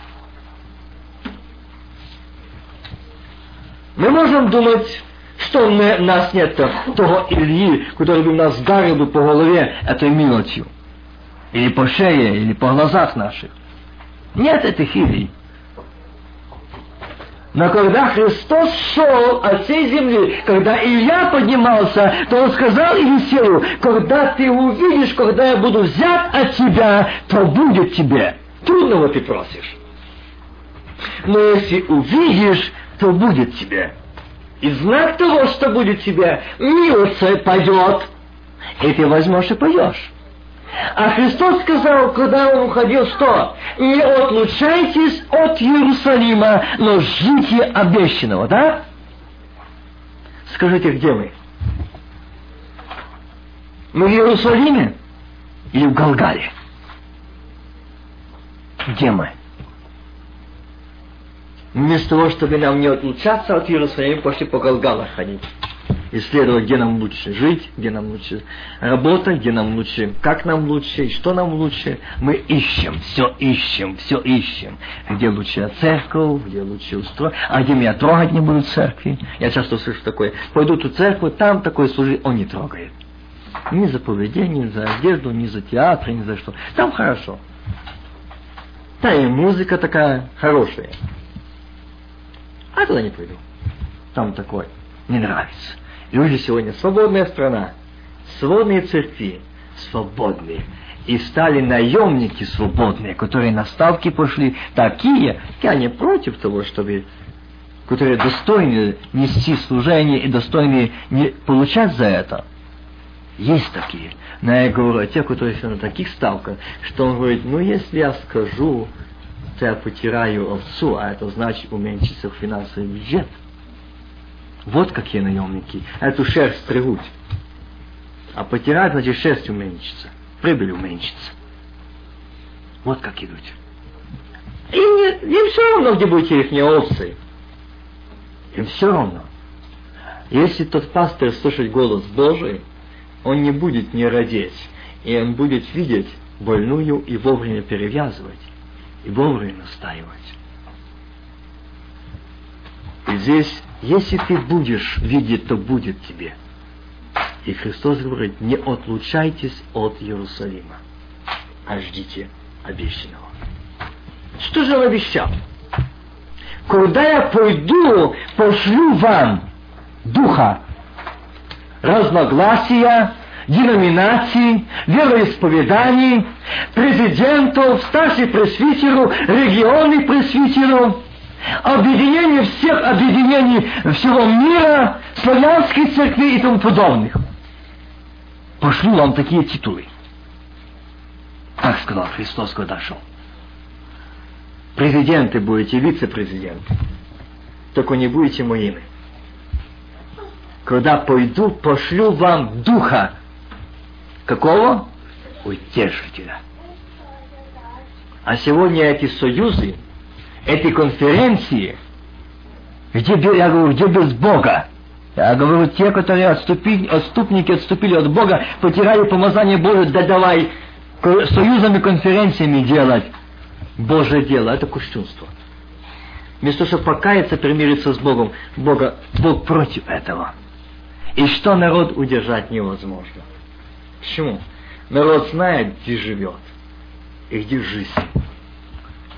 Мы можем думать, что у нас нет того Ильи, который бы нас ударил бы по голове этой милостью. Или по шее, или по глазах наших. Нет этих Илий. Но когда Христос шел от всей земли, когда Илья поднимался, то он сказал Елисею, когда ты увидишь, когда я буду взят от тебя, то будет тебе. Трудного ты просишь. Но если увидишь, то будет тебе. И знак того, что будет тебе, милость пойдет, и ты возьмешь и пойдешь. А Христос сказал, когда он уходил, что? Не отлучайтесь от Иерусалима, но ждите обещанного, да? Скажите, где мы? Мы в Иерусалиме или в Галгале? Где мы? Вместо того, чтобы нам не отлучаться от Иерусалима, пошли по Галгалах ходить. Исследовать, где нам лучше жить, где нам лучше работать, где нам лучше, как нам лучше, и что нам лучше. Мы ищем, все ищем, все ищем. Где лучше церковь, где лучше устроить, а где меня трогать не будут в церкви. Я часто слышу такое, пойдут в церковь, там такое служит, он не трогает. Ни за поведение, ни за одежду, ни за театр, ни за что. Там хорошо. Да и музыка такая хорошая. А туда не пойду. Там такое не нравится. Люди сегодня свободная страна, свободные церкви, свободные. И стали наемники свободные, которые на ставки пошли такие, я не против того, чтобы, которые достойны нести служение и достойны не получать за это. Есть такие. Но я говорю о тех, которые все на таких ставках, что он говорит, ну если я скажу, то я потеряю овцу, а это значит уменьшится финансовый бюджет. Вот какие наемники. Эту шерсть стригут. А потерять, значит, шерсть уменьшится. Прибыль уменьшится. Вот как идут. Им, не, им все равно, где будете их не овцы. Им все равно. Если тот пастырь слышит голос Божий, он не будет не родить. И он будет видеть больную и вовремя перевязывать. И вовремя настаивать. И здесь, если ты будешь видеть, то будет тебе. И Христос говорит, не отлучайтесь от Иерусалима, а ждите обещанного. Что же он обещал? Когда я пойду, пошлю вам духа разногласия, деноминаций, вероисповеданий, президентов, старших пресвитеров, регионных пресвитеров, объединение всех объединений всего мира, славянских церквей и тому подобных. Пошлю вам такие титулы. Так сказал Христос, когда шел. Президенты будете, вице-президенты. Только не будете моими. Когда пойду, пошлю вам духа. Какого? Утешителя. А сегодня эти союзы, эти конференции, где, я говорю, где без Бога. Я говорю, те, которые отступили, отступники отступили от Бога, потеряли помазание Божие, да давай союзами, конференциями делать Божье дело. Это кощунство. Вместо того, чтобы покаяться, примириться с Богом, Бога, Бог против этого. И что народ удержать невозможно. Почему? Народ знает, где живет и где жизнь.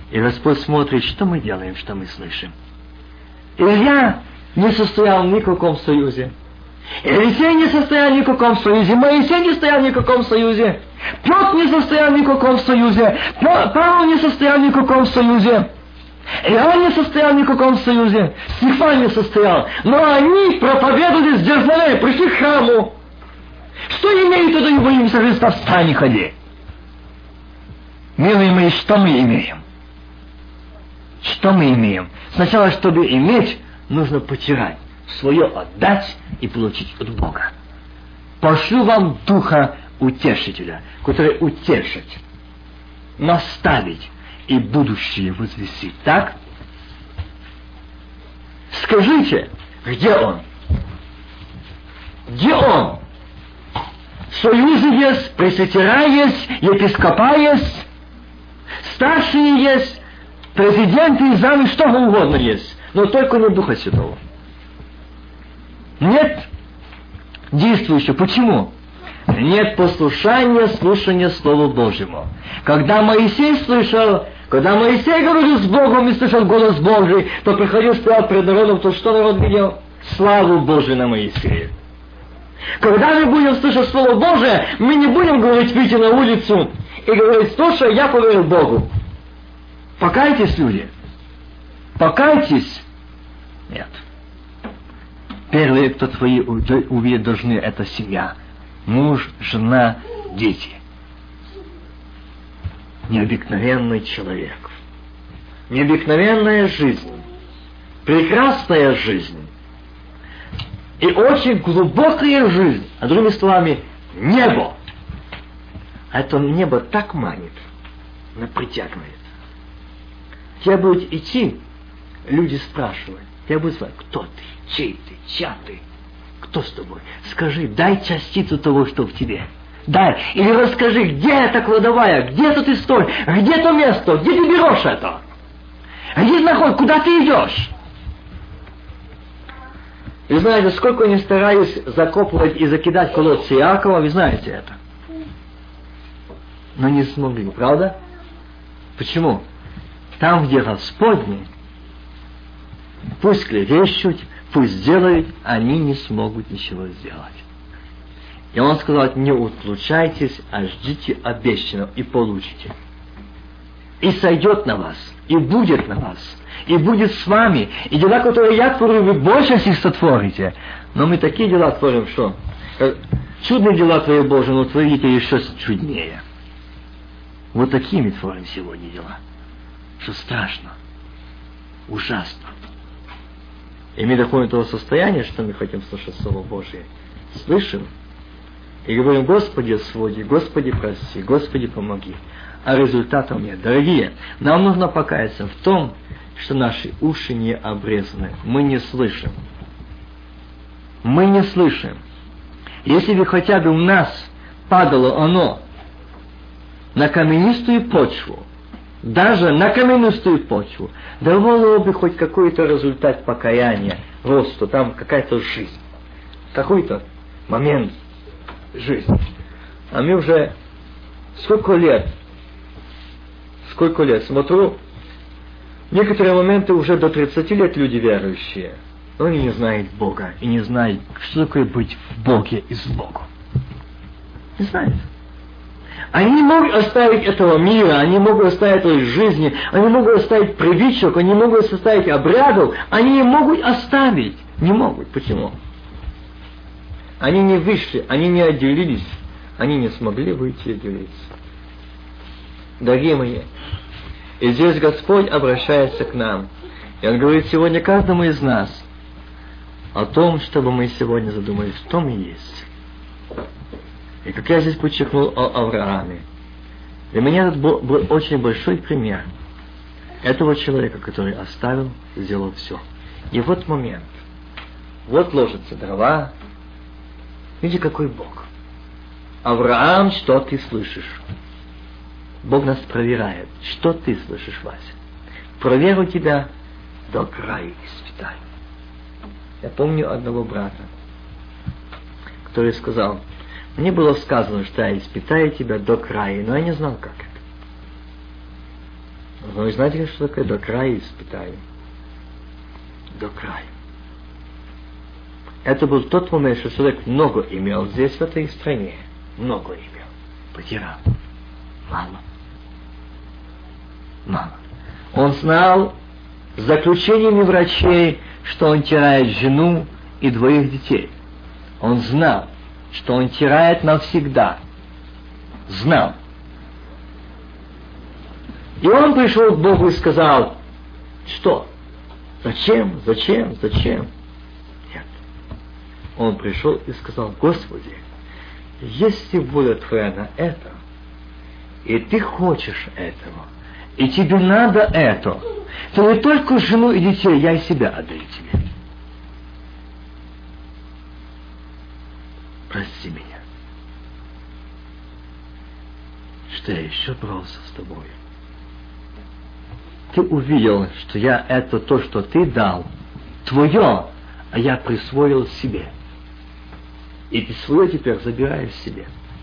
И Господь смотрит, что мы делаем, что мы слышим. Илья не состоял в никаком союзе. Елисей не состоял в никаком союзе. Моисей не состоял в никаком союзе. Петр не состоял в никаком союзе. Павел не состоял в никаком союзе. Иоанн не состоял в никаком союзе. Стефан не состоял. Но они проповедовали с дерзновения, пришли к храму. Что имеют это во имя Христа? Встань и ходи. Милые мои, что мы имеем? Что мы имеем? Сначала, чтобы иметь, нужно потерять. Свое отдать и получить от Бога. Пошлю вам Духа Утешителя, который утешит, наставить и будущее возвестит. Так? Скажите, где Он? Где Он? Союзы есть, пресвитера есть, епископа есть, старшие есть, президенты и замы, что угодно есть, но только не Духа Святого. Нет действующего. Почему? Нет послушания, слушания Слову Божьему. Когда Моисей слышал, когда Моисей говорил с Богом и слышал голос Божий, то приходил, стоял пред народом, то что народ видел? Славу Божию на Моисея. Когда мы будем слышать Слово Божие, мы не будем говорить, выйти на улицу и говорить, слушай, я поверил Богу. Покайтесь, люди. Покайтесь. Нет. Первые, кто твои увидеть должны, это семья. Муж, жена, дети. Необыкновенный человек. Необыкновенная жизнь. Прекрасная жизнь. И очень глубокая жизнь. А другими словами, небо. А это небо так манит, оно притягивает. Тебя будут идти, люди спрашивают. Тебя будут спрашивать, кто ты, чей ты, чья ты, кто с тобой. Скажи, дай частицу того, что в тебе. Дай. Или расскажи, где эта кладовая, где тут история, где то место, где ты берешь это? Где ты находишь, куда ты идешь? Вы знаете, сколько они старались закопывать и закидать колодцы Иакова, вы знаете это. Но не смогли, правда? Почему? Там, где Господне, пусть клевещут, пусть делают, они не смогут ничего сделать. И он сказал, не утлучайтесь, а ждите обещанного и получите. И сойдет на вас, и будет на вас, и будет с вами. И дела, которые я творю, вы больше их сотворите. Но мы такие дела творим, что? Чудные дела Твои, Божие, но творите еще чуднее. Вот такими творим сегодня дела. Что страшно, ужасно. И мы доходим до того состояния, что мы хотим слышать Слово Божие. Слышим и говорим, Господи, своди, Господи, прости, Господи, помоги. А результатов нет. Дорогие, нам нужно покаяться в том, что наши уши не обрезаны. Мы не слышим. Мы не слышим. Если бы хотя бы у нас падало оно на каменистую почву, даже на каменистую почву, давало бы хоть какой-то результат покаяния, росту, там какая-то жизнь, какой-то момент жизни. А мы уже сколько лет, сколько лет смотрю, некоторые моменты уже до тридцати лет люди верующие, но они не знают Бога и не знают, что такое быть в Боге и с Богом. Не знают. Они не могут оставить этого мира, они могут оставить этой жизни, они могут оставить привычек, они могут оставить обрядов, они не могут оставить. Не могут. Почему? Они не вышли, они не отделились, они не смогли выйти и отделиться. Дорогие мои, и здесь Господь обращается к нам, и Он говорит сегодня каждому из нас о том, чтобы мы сегодня задумались, что мы есть. И как я здесь подчеркнул о Аврааме, для меня это был, был очень большой пример этого человека, который оставил, сделал все. И вот момент. Вот ложатся дрова. Видите, какой Бог. Авраам, что ты слышишь? Бог нас проверяет. Что ты слышишь, Вася? Проверю тебя до края испытай. Я помню одного брата, который сказал, мне было сказано, что я испытаю тебя до края, но я не знал, как это. Но вы знаете, что такое до края испытания? До края. Это был тот момент, что человек много имел здесь, в этой стране. Много имел. Потерял. Мало. Мало. Он знал заключениями врачей, что он теряет жену и двоих детей. Он знал, что он теряет навсегда. Знал. И он пришел к Богу и сказал, что? Зачем? Зачем? Зачем? Нет. Он пришел и сказал, Господи, если воля Твоя на это, и Ты хочешь этого, и Тебе надо это, то не только жену и детей, я и себя отдаю Тебе. Прости меня, что я еще брался с Тобой. Ты увидел, что я это то, что Ты дал, Твое, а я присвоил себе. И Ты свое теперь забираешь себе.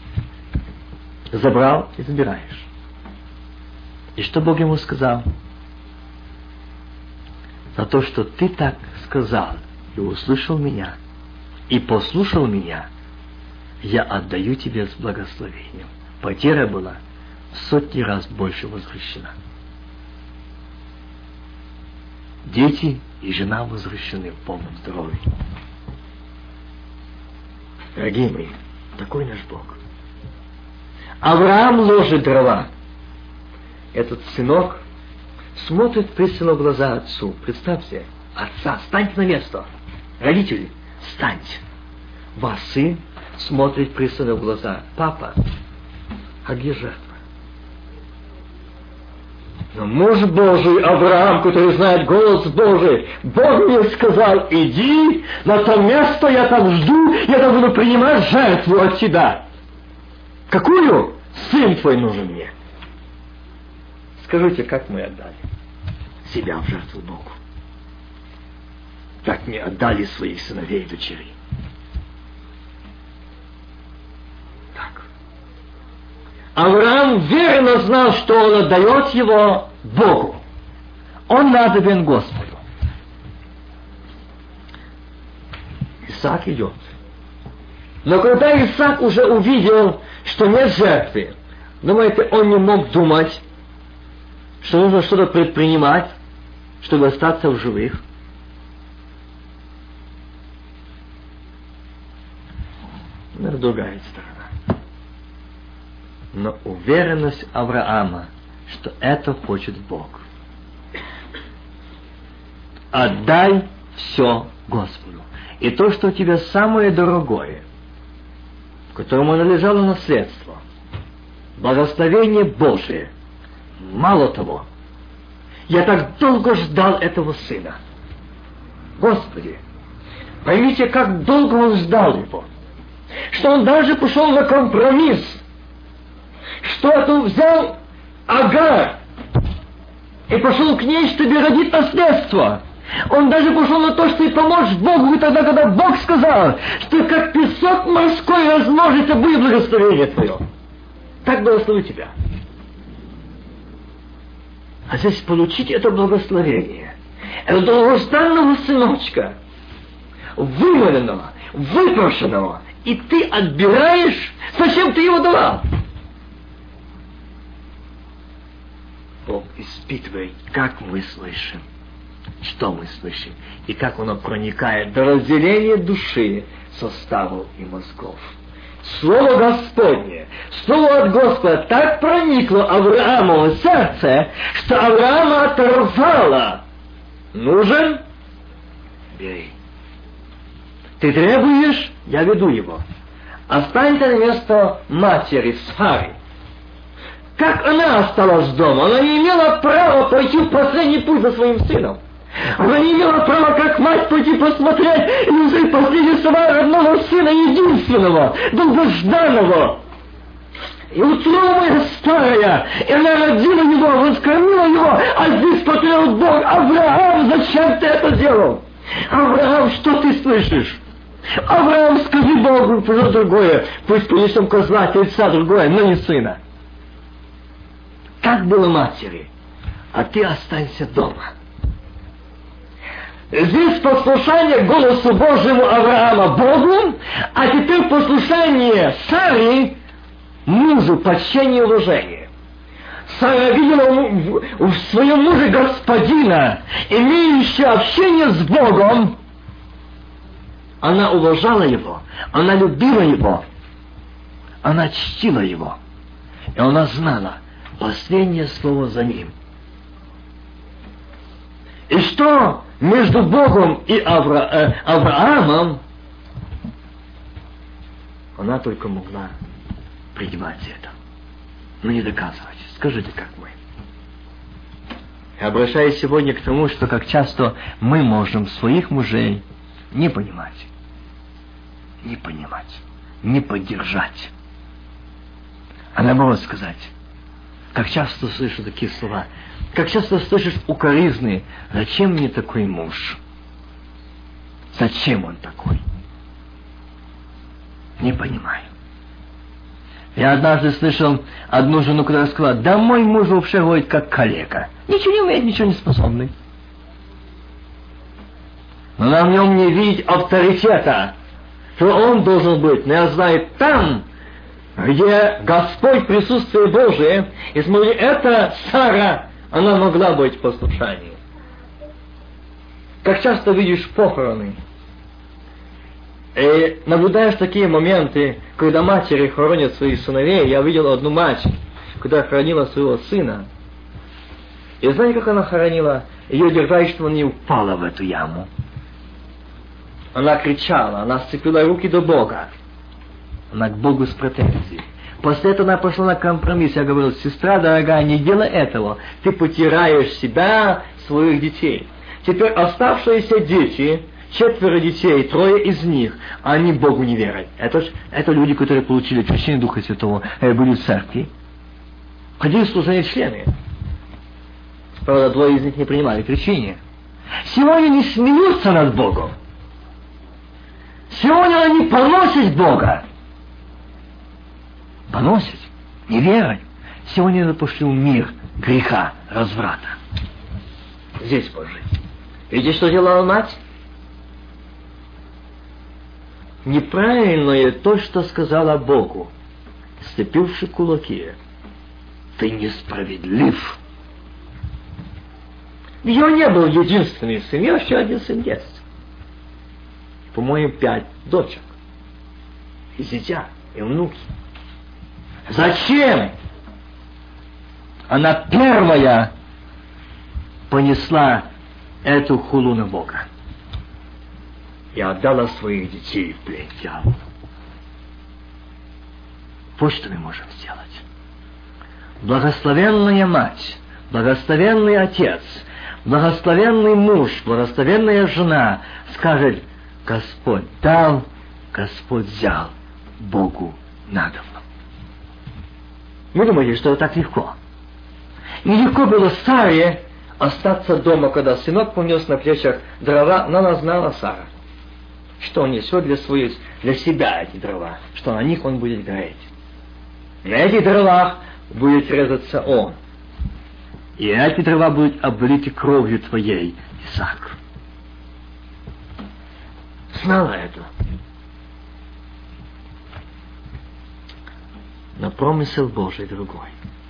Забрал и забираешь. И что Бог ему сказал? За то, что Ты так сказал и услышал меня, и послушал меня, я отдаю Тебе с благословением. Потеря была в сотни раз больше возвращена. Дети и жена возвращены в полном здоровье. Дорогие мои, такой наш Бог. Авраам ложит дрова. Этот сынок смотрит пристально в глаза отцу. Представьте, отца, встаньте на место. Родители, встаньте. Ваш сын смотрит пристально в глаза. Папа, а где жертва? Но муж Божий, Авраам, который знает голос Божий, Бог мне сказал, иди на то место, я там жду, я там буду принимать жертву от тебя. Какую? Сын твой нужен мне. Скажите, как мы отдали себя в жертву Богу? Как мы отдали своих сыновей и дочерей? Так. Авраам верно знал, что он отдает его Богу. Он надобен Господу. Исаак идет. Но когда Исаак уже увидел, что нет жертвы, думаете, он не мог думать, что нужно что-то предпринимать, чтобы остаться в живых? Это другая сторона. Но уверенность Авраама, что это хочет Бог. Отдай все Господу. И то, что у тебя самое дорогое, которому належало наследство, благословение Божие. Мало того, я так долго ждал этого сына. Господи, поймите, как долго он ждал его, что он даже пошел на компромисс, что это взял Агар и пошел к ней, чтобы родить наследство. Он даже пошел на то, что и помочь Богу, и тогда, когда Бог сказал, что как песок морской разложится, будет благословение твое. Так благослови тебя. А здесь получить это благословение, это долгожданного сыночка, вымоленного, выпрошенного, и ты отбираешь, зачем ты его давал? Бог испытывает, как мы слышим, что мы слышим, и как оно проникает до разделения души, составов и мозгов. Слово Господне, Слово от Господа так проникло Авраамово сердце, что Авраама оторвало. Нужен? Бери. Ты требуешь? Я веду его. Останься на место матери Сары. Как она осталась дома? Она не имела права пойти в последний путь за своим сыном. Она не имела права, как мать, пойти посмотреть и услышать последние слова родного сына, единственного, долгожданного. И утро моя старая, и она родила его, воскормила его, а здесь смотрел Бог: Авраам, зачем ты это делал? Авраам, что ты слышишь? Авраам, скажи Богу, что другое, пусть принесем козла, тельца другое, но не сына. Как было матери? а ты останься дома. Здесь послушание голосу Божьему Авраама Богу, а теперь послушание Саре мужу, почтение и уважение. Сара видела в своем муже господина, имеющего общение с Богом. Она уважала его, она любила его, она чтила его. И она знала последнее слово за ним. И что между Богом и Авра... э, Авраамом, она только могла принимать это, но не доказывать. Скажите, как мы? Я обращаюсь сегодня к тому, что как часто мы можем своих мужей не понимать, не понимать, не поддержать, а наоборот сказать. Как часто слышу такие слова, как часто слышишь укоризны: зачем мне такой муж? Зачем он такой? Не понимаю. Я однажды слышал одну жену, которая сказала: да мой муж вообще ходит как калека. Ничего не умеет, ничего не способный. Но нам в нем не видеть авторитета, что он должен быть. Но я знаю, там, где Господь, присутствие Божие, и смотри, это Сара, она могла быть в послушании. Как часто видишь похороны, и наблюдаешь такие моменты, когда матери хоронят своих сыновей. Я видел одну мать, когда хоронила своего сына. И знаете, как она хоронила? Ее держали, чтобы она не упала в эту яму. Она кричала, она сцепила руки до Бога. Она к Богу с претензией. После этого она пошла на компромисс. Я говорил: сестра дорогая, не делай этого. Ты потираешь себя, своих детей. Теперь оставшиеся дети, четверо детей, трое из них, они Богу не верят. Это, ж, это люди, которые получили крещение Духа Святого, были в церкви. Ходили в служение члены. Правда, двое из них не принимали крещение. Сегодня не смеются над Богом. Сегодня они поносят Бога. Поносят, не верят. Сегодня это пошли в мир греха, разврата. Здесь пожить. Видите, что делала мать? Неправильное то, что сказала Богу, сцепивши кулаки. Ты несправедлив. Ее не был единственный сын, еще один сын есть. По-моему, пять дочек. И зятя, и внуки. Зачем? Она первая понесла эту хулу на Бога и отдала своих детей в плен дьяволу. Вот что мы можем сделать. Благословенная мать, благословенный отец, благословенный муж, благословенная жена скажет: Господь дал, Господь взял, Богу надо. Вы думаете, что это так легко? Нелегко было Саре остаться дома, когда сынок понес на плечах дрова, но она знала, Сара, что он несет для, своих, для себя эти дрова, что на них он будет гореть. На этих дровах будет резаться он. И эти дрова будут облиты кровью твоей, Исаак. Знала это. Но промысел Божий другой.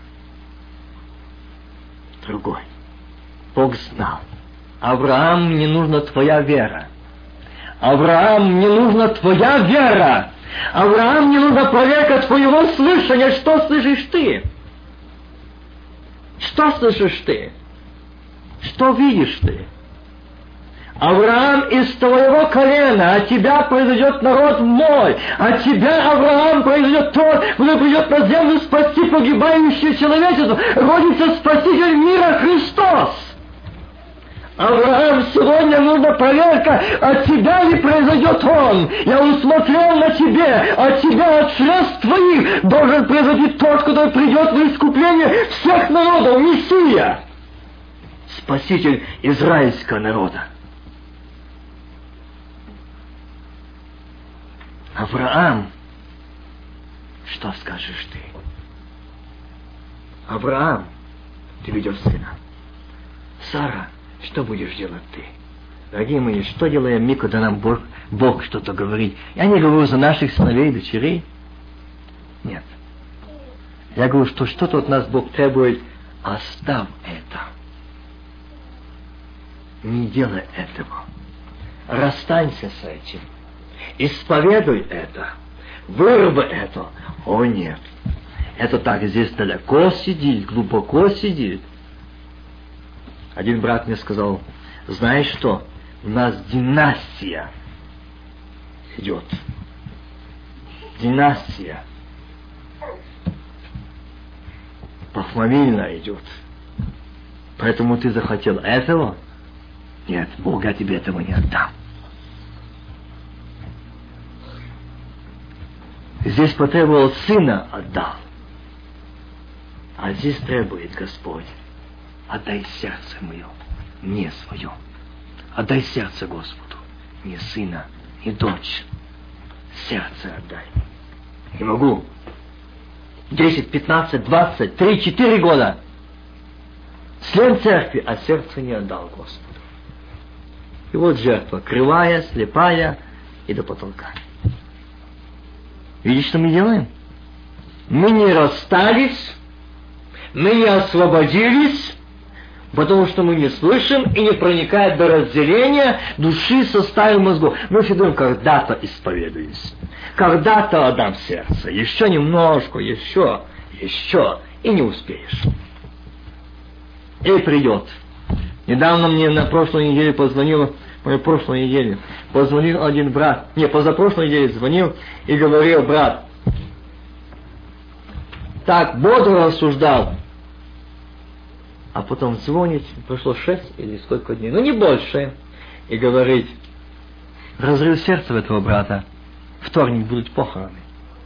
Другой. Бог знал. Авраам, мне нужна твоя вера. Авраам, мне нужна твоя вера. Авраам, мне нужна проверка твоего слышания. Что слышишь ты? Что слышишь ты? Что видишь ты? Авраам, из твоего колена, от тебя произойдет народ мой, от тебя, Авраам, произойдет тот, кто придет на землю спасти погибающее человечество, родится Спаситель мира Христос. Авраам, сегодня нужна проверка, от тебя ли произойдет он. Я усмотрел на тебе, от тебя, от чресл твоих, должен произойти тот, который придет на искупление всех народов, Мессия, Спаситель израильского народа. Авраам, что скажешь ты? Авраам, ты ведешь сына. Сара, что будешь делать ты? Дорогие мои, что делаем мы, когда нам Бог, Бог что-то говорит? Я не говорю за наших сыновей и дочерей. Нет. Я говорю, что что-то от нас Бог требует. Оставь это. Не делай этого. Расстанься с этим. Исповедуй это. Вырви это. О нет. Это так здесь далеко сидит, глубоко сидит. Один брат мне сказал, знаешь что, у нас династия идет. Династия. Пофамильно идет. Поэтому ты захотел этого? Нет, Бог, я тебе этого не отдам. Здесь потребовал сына, отдал. А здесь требует Господь. Отдай сердце мое, не свое. Отдай сердце Господу, не сына, не дочь. Сердце отдай. Не могу. Десять, пятнадцать, двадцать, три, четыре года. Член церкви, а сердце не отдал Господу. И вот жертва, кривая, слепая и до потолка. Видишь, что мы делаем? Мы не расстались, мы не освободились, потому что мы не слышим и не проникает до разделения души со стаей мозгов. Мы все думаем, когда-то исповедуюсь, когда-то отдам сердце, еще немножко, еще, еще, и не успеешь. И придет. Недавно мне на прошлой неделе позвонил, на прошлой неделе, позвонил один брат, не, позапрошлой неделе звонил и говорил, брат, так бодро рассуждал, а потом звонит, прошло шесть или сколько дней, ну не больше, и говорит, разрыв сердца у этого брата, вторник будут похороны.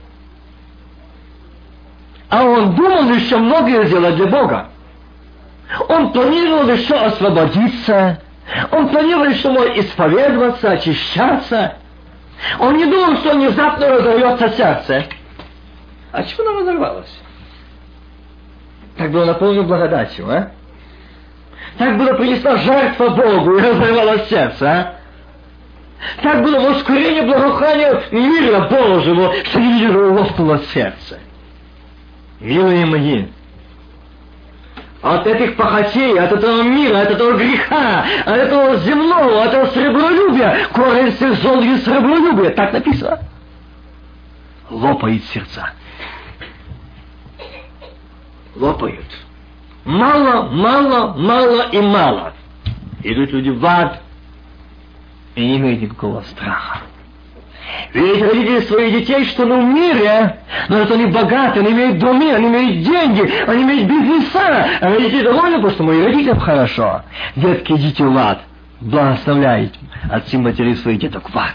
А он думал еще многое сделать для Бога. Он планировал еще освободиться, он планировал еще мой исповедоваться, очищаться. Он не думал, что внезапно разорвется сердце. А чего оно разорвалось? Так было наполнено благодатью, а? Так было принесла жертва Богу и разорвалось сердце, а? Так было воскурение благоухания мира Божьего, что не лопнуло сердце. Милые мои, от этих похотей, от этого мира, от этого греха, от этого земного, от этого сребролюбия, корень всех зол есть сребролюбие, так написано. Лопает сердца. Лопают. Мало, мало, мало и мало. Идут люди в ад и не имеют никакого страха. Ведь родители своих детей, что ну в мире, но это они богаты, они имеют дома, они имеют деньги, они имеют бизнеса, а родители довольны, потому что моим родителям хорошо. Детки, идите в ад, благословляйте отцы матерей своих деток в ад.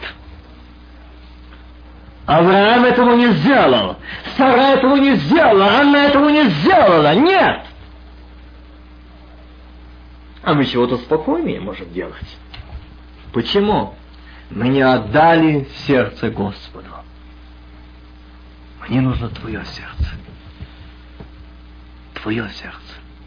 Авраам этого не сделал, Сара этого не сделала, Анна этого не сделала, нет! А мы чего-то спокойнее можем делать. Почему? Мы не отдали сердце Господу. Мне нужно твое сердце. Твое сердце.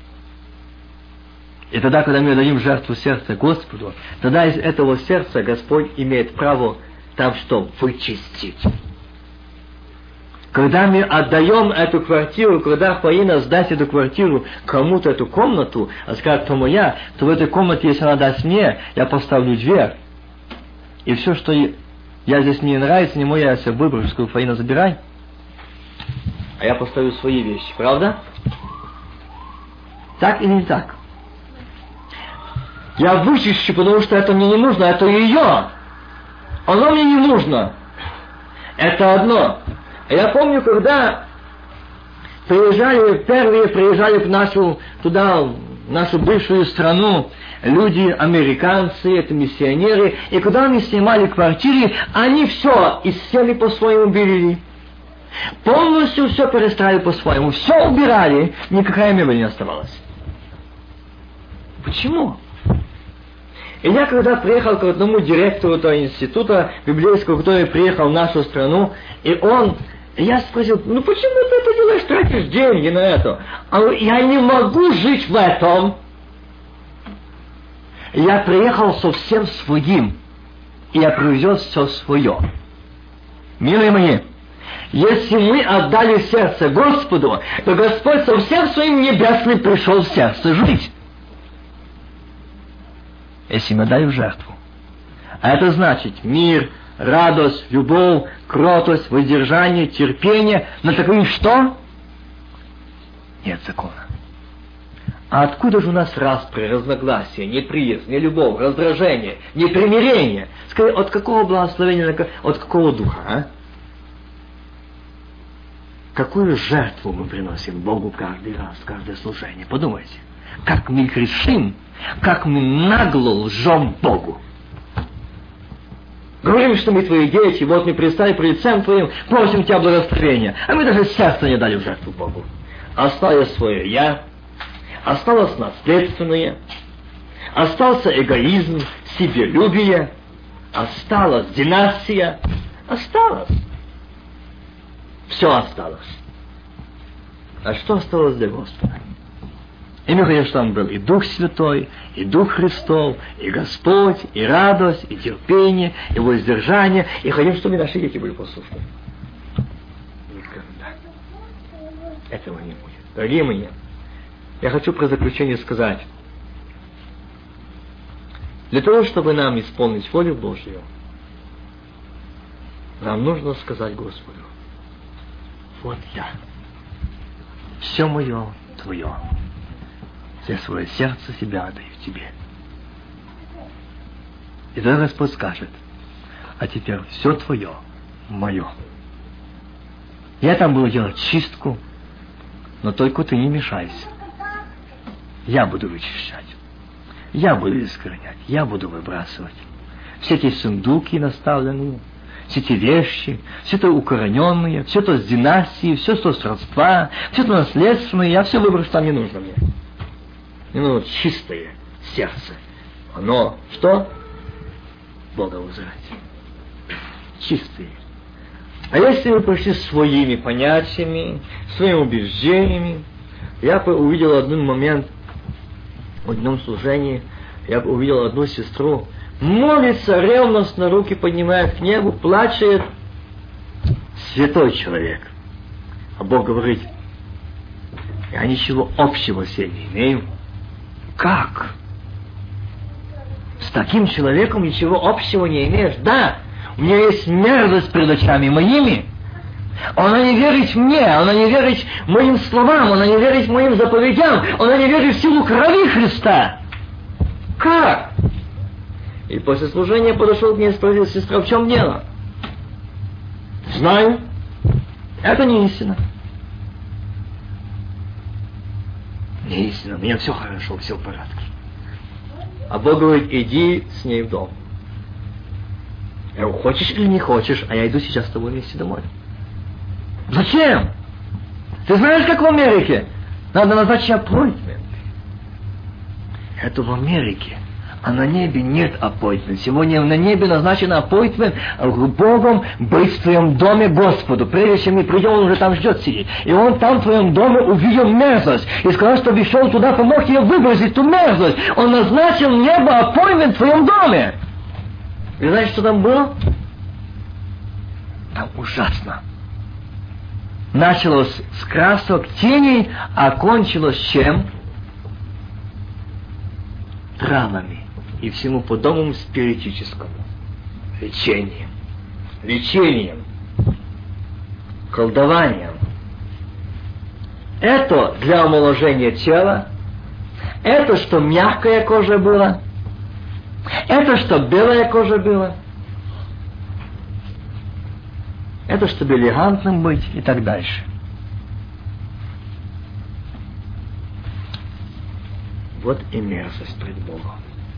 И тогда, когда мы дадим жертву сердца Господу, тогда из этого сердца Господь имеет право там что? Вычистить. Когда мы отдаем эту квартиру, когда Фаина сдаст эту квартиру кому-то, эту комнату, а скажет, то моя, то в этой комнате, если она даст мне, я поставлю дверь. И все, что я здесь мне не нравится, не мой, я все выберу, скажу, Фаина, забирай. А я поставлю свои вещи, правда? Так или не так? Я вычищу, потому что это мне не нужно, это ее. Оно мне не нужно. Это одно. Я помню, когда приезжали, первые приезжали в нашу, туда, в нашу бывшую страну, люди, американцы, это миссионеры, и когда они снимали квартиры, они все из стены по-своему убирали. Полностью все перестраивали по-своему, все убирали, никакая мебель не оставалась. Почему? И я когда приехал к одному директору этого института библейского, который приехал в нашу страну, и он, я спросил, ну почему ты это делаешь, тратишь деньги на это? А я не могу жить в этом. Я приехал со всем своим, и я привез все свое. Милые мои, если мы отдали сердце Господу, то Господь со всем своим небесным пришел в сердце жить. Если мы дали в жертву. А это значит мир, радость, любовь, кротость, воздержание, терпение. Но таковым что? Нет закона. А откуда же у нас распри, разногласия, неприязнь, нелюбовь, раздражение, непримирение? Скажи, от какого благословения, от какого духа, а? Какую жертву мы приносим Богу каждый раз, каждое служение? Подумайте. Как мы грешим, как мы нагло лжем Богу. Говорим, что мы твои дети, вот мы пристали пред лицем твоим, просим тебя благословения. А мы даже сердце не дали в жертву Богу. Осталось свое «я», осталось наследственное, остался эгоизм, себелюбие, осталась династия, осталось. Все осталось. А что осталось для Господа? И мы хотим, чтобы там был и Дух Святой, и Дух Христов, и Господь, и радость, и терпение, и воздержание, и хотим, чтобы наши дети были послушны. Никогда. Этого не будет. Дорогие мои, я хочу про заключение сказать. Для того, чтобы нам исполнить волю Божью, нам нужно сказать Господу: вот я, все мое твое. Я свое сердце себя отдаю тебе. И тогда Господь скажет: а теперь все твое, мое. Я там буду делать чистку, но только ты не мешайся. Я буду вычищать. Я буду искоренять. Я буду выбрасывать. Все эти сундуки наставленные, все эти вещи, все это укорененные, все это с династии, все это с родства, все это наследственное, я все выброшу, там не нужно мне. Мне нужно чистое сердце. Оно что? Бога узрать. Чистые. А если вы пришли своими понятиями, своими убеждениями, я увидел один момент в одном служении, я увидел одну сестру, молится ревностно, руки поднимает к небу, плачет. Святой человек. А Бог говорит: я ничего общего с ней не имею. Как? С таким человеком ничего общего не имеешь? Да, у меня есть мерзость пред очами моими. Она не верит мне, она не верит моим словам, она не верит моим заповедям, она не верит в силу крови Христа. Как? И после служения подошел к ней и спросил: сестра, в чем дело? Знаю, это не истина. Не истина, у меня все хорошо, все в порядке. А Бог говорит: иди с ней в дом. Я говорю: хочешь или не хочешь, а я иду сейчас с тобой вместе домой. Зачем? Ты знаешь, как в Америке? Надо назначить аппоинтмент. Это в Америке. А на небе нет аппоинтмент. Сегодня на небе назначен аппоинтмент Богом быть в твоем доме Господу. Прежде чем мы придем, он уже там ждет сидеть. И он там в твоем доме увидел мерзость. И сказал, чтобы шел туда, помог ее выбросить ту мерзость. Он назначил небо аппоинтмент в твоем доме. И знаете, что там было? Там ужасно. Началось с красок, теней, а кончилось чем? Травами и всему подобному спиритическому. Лечением. Лечением. Колдованием. Это для омоложения тела. Это что мягкая кожа была. Это что белая кожа была. Это чтобы элегантным быть и так дальше. Вот и мерзость пред Богом.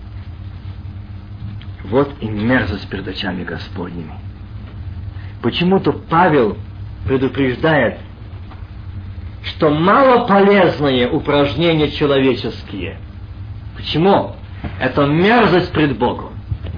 Вот и мерзость перед очами Господними. Почему-то Павел предупреждает, что малополезные упражнения человеческие. Почему? Это мерзость пред Богом.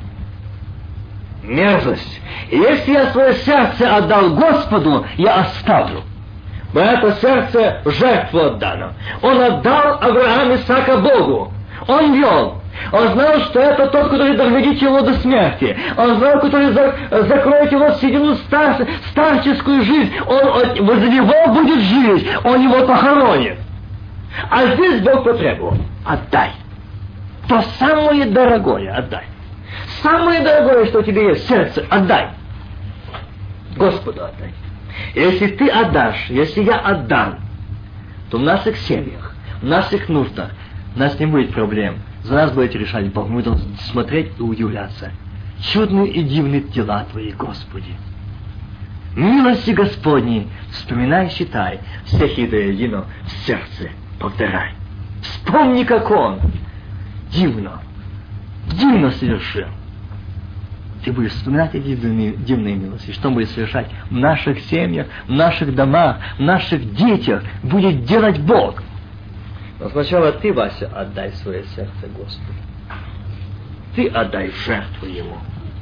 Мерзость. И если я свое сердце отдал Господу, я оставлю. Бо это сердце в жертву отдано. Он отдал Авраам Исаака Богу. Он вел. Он знал, что это тот, который доведет его до смерти. Он знал, который за, закроет его в седину стар, старческую жизнь. Он, он возле него будет жить, он его похоронит. А здесь Бог потребовал: отдай. То самое дорогое отдай. Самое дорогое, что у тебя есть в сердце, отдай. Господу отдай. Если ты отдашь, если я отдам, то в наших семьях, в наших нуждах у нас не будет проблем. За нас будет решать Бог. Мы должны смотреть и удивляться. Чудные и дивные дела Твои, Господи. Милости Господни, вспоминай, считай, всех и до едино в сердце повторяй. Вспомни, как Он дивно, дивно совершил. Ты будешь вспоминать эти дивные, дивные милости, что Он будет совершать в наших семьях, в наших домах, в наших детях, будет делать Бог. Но сначала ты, Вася, отдай свое сердце Господу. Ты отдай жертву Ему.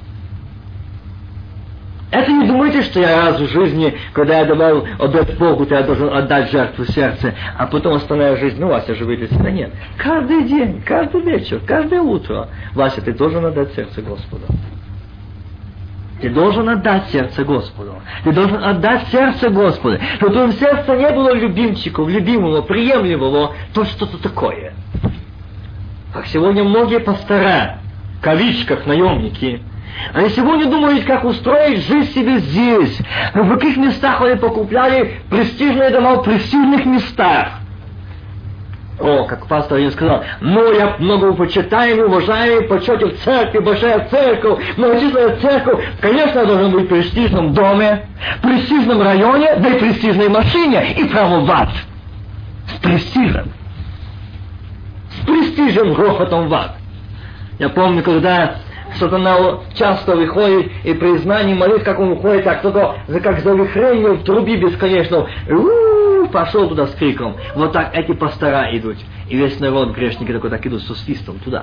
Это не думайте, что я раз в жизни, когда я давал отдать Богу, то я должен отдать жертву сердца, а потом остальная жизнь, ну, Вася, живи для себя. Нет. Каждый день, каждый вечер, каждое утро, Вася, ты должен отдать сердце Господу. Ты должен отдать сердце Господу. Ты должен отдать сердце Господу. Чтобы в твоем сердце не было любимчиков, любимого, приемлемого, то что-то такое. Как сегодня многие пастора, в кавичках, наемники, они сегодня думают, как устроить жизнь себе здесь. В каких местах они покупляли престижные дома в престижных местах. О, как пастор один сказал: ну, я много почитаемый, уважаемый, почете в церкви, большая церковь, многочисленная церковь. Конечно, я должен быть в престижном доме, в престижном районе, да и в престижной машине, и право в ад. С престижем. С престижем, грохотом в ад. Я помню, когда сатана часто выходит и при знании молитв, как он уходит, так только как завихрение в трубе бесконечно. У-у-у, пошел туда с криком. Вот так эти пастора идут. И весь народ, грешники, такой так идут со свистом туда.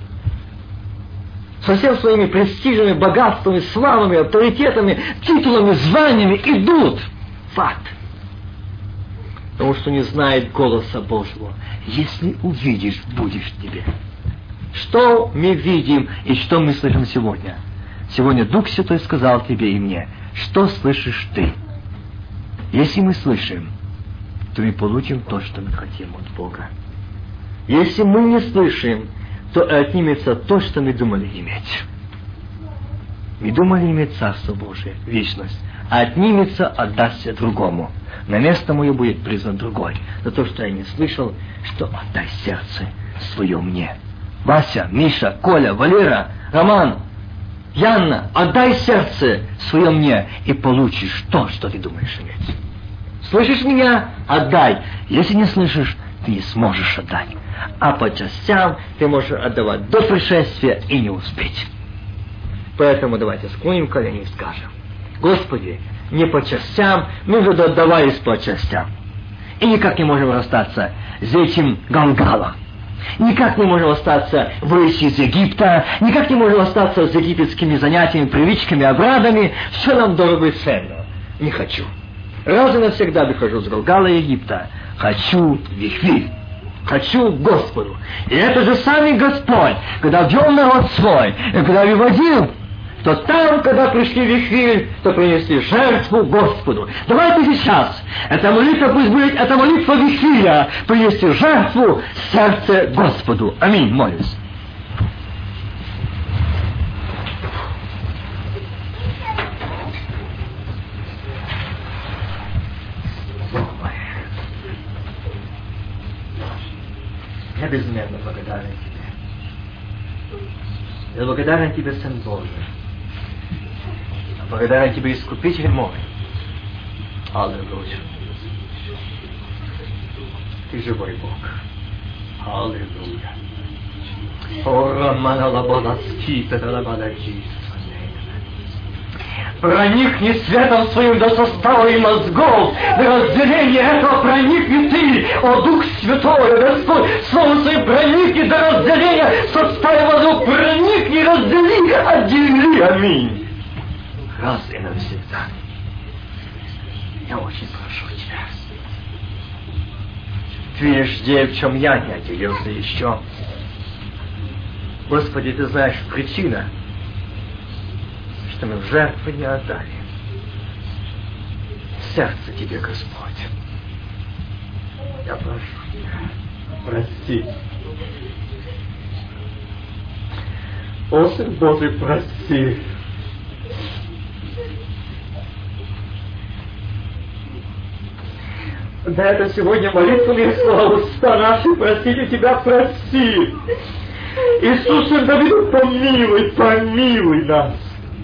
Со всеми своими престижами, богатствами, славами, авторитетами, титулами, званиями идут. Факт. Потому что не знает голоса Божьего. Если увидишь, будешь тебе. Что мы видим и что мы слышим сегодня? Сегодня Дух Святой сказал тебе и мне: что слышишь ты? Если мы слышим, то мы получим то, что мы хотим от Бога. Если мы не слышим, то отнимется то, что мы думали иметь. Мы думали иметь Царство Божие, вечность, а отнимется, отдастся другому. На место мое будет призван другой. За то, что я не слышал, что отдай сердце свое мне. Вася, Миша, Коля, Валера, Роман, Янна, отдай сердце свое мне, и получишь то, что ты думаешь иметь. Слышишь меня? Отдай. Если не слышишь, ты не сможешь отдать. А по частям ты можешь отдавать до пришествия и не успеть. Поэтому давайте склоним колени и скажем: Господи, не по частям, мы же отдавались по частям. И никак не можем расстаться с этим Галгалом. Никак не можем остаться выйти из Египта, никак не можем остаться с египетскими занятиями, привычками, обрядами. Все нам дорого и ценно. Не хочу. Раз и навсегда выхожу с Галгала Египта. Хочу Вихвиль. Хочу к Господу. И это же самый Господь, когда ввел народ свой, и когда выводил, то там, когда пришли в Вихвиль, то принесли жертву Господу. Давайте сейчас, эта молитва пусть будет, эта молитва Вихвиля, принести жертву сердце Господу. Аминь, молюсь. Я безмерно благодарен Тебе. Я благодарен Тебе, Сын Божий. Благодарен Тебе, Искупитель мой. Аллилуйя. Ты живой Бог. Аллилуйя. О, Романа Лабаласки, Петралабадаки. Проникни светом своим до состава и мозгов, до разделения этого проникни Ты, о Дух Святой, Господь, Словом Своим проникни до разделения состава и мозгов, проникни, раздели, отдели, аминь. Раз и навсегда. Я очень прошу Тебя. Ты видишь, где, в чем я не отделился еще. Господи, Ты знаешь, причина, что мы в жертву не отдали. Сердце Тебе, Господь. Я прошу Тебя, прости. О, Сын Божий, прости. Да, это сегодня молитвенные слова уста наши, простите Тебя, прости. Иисус, Сын Давида, помилуй, помилуй нас.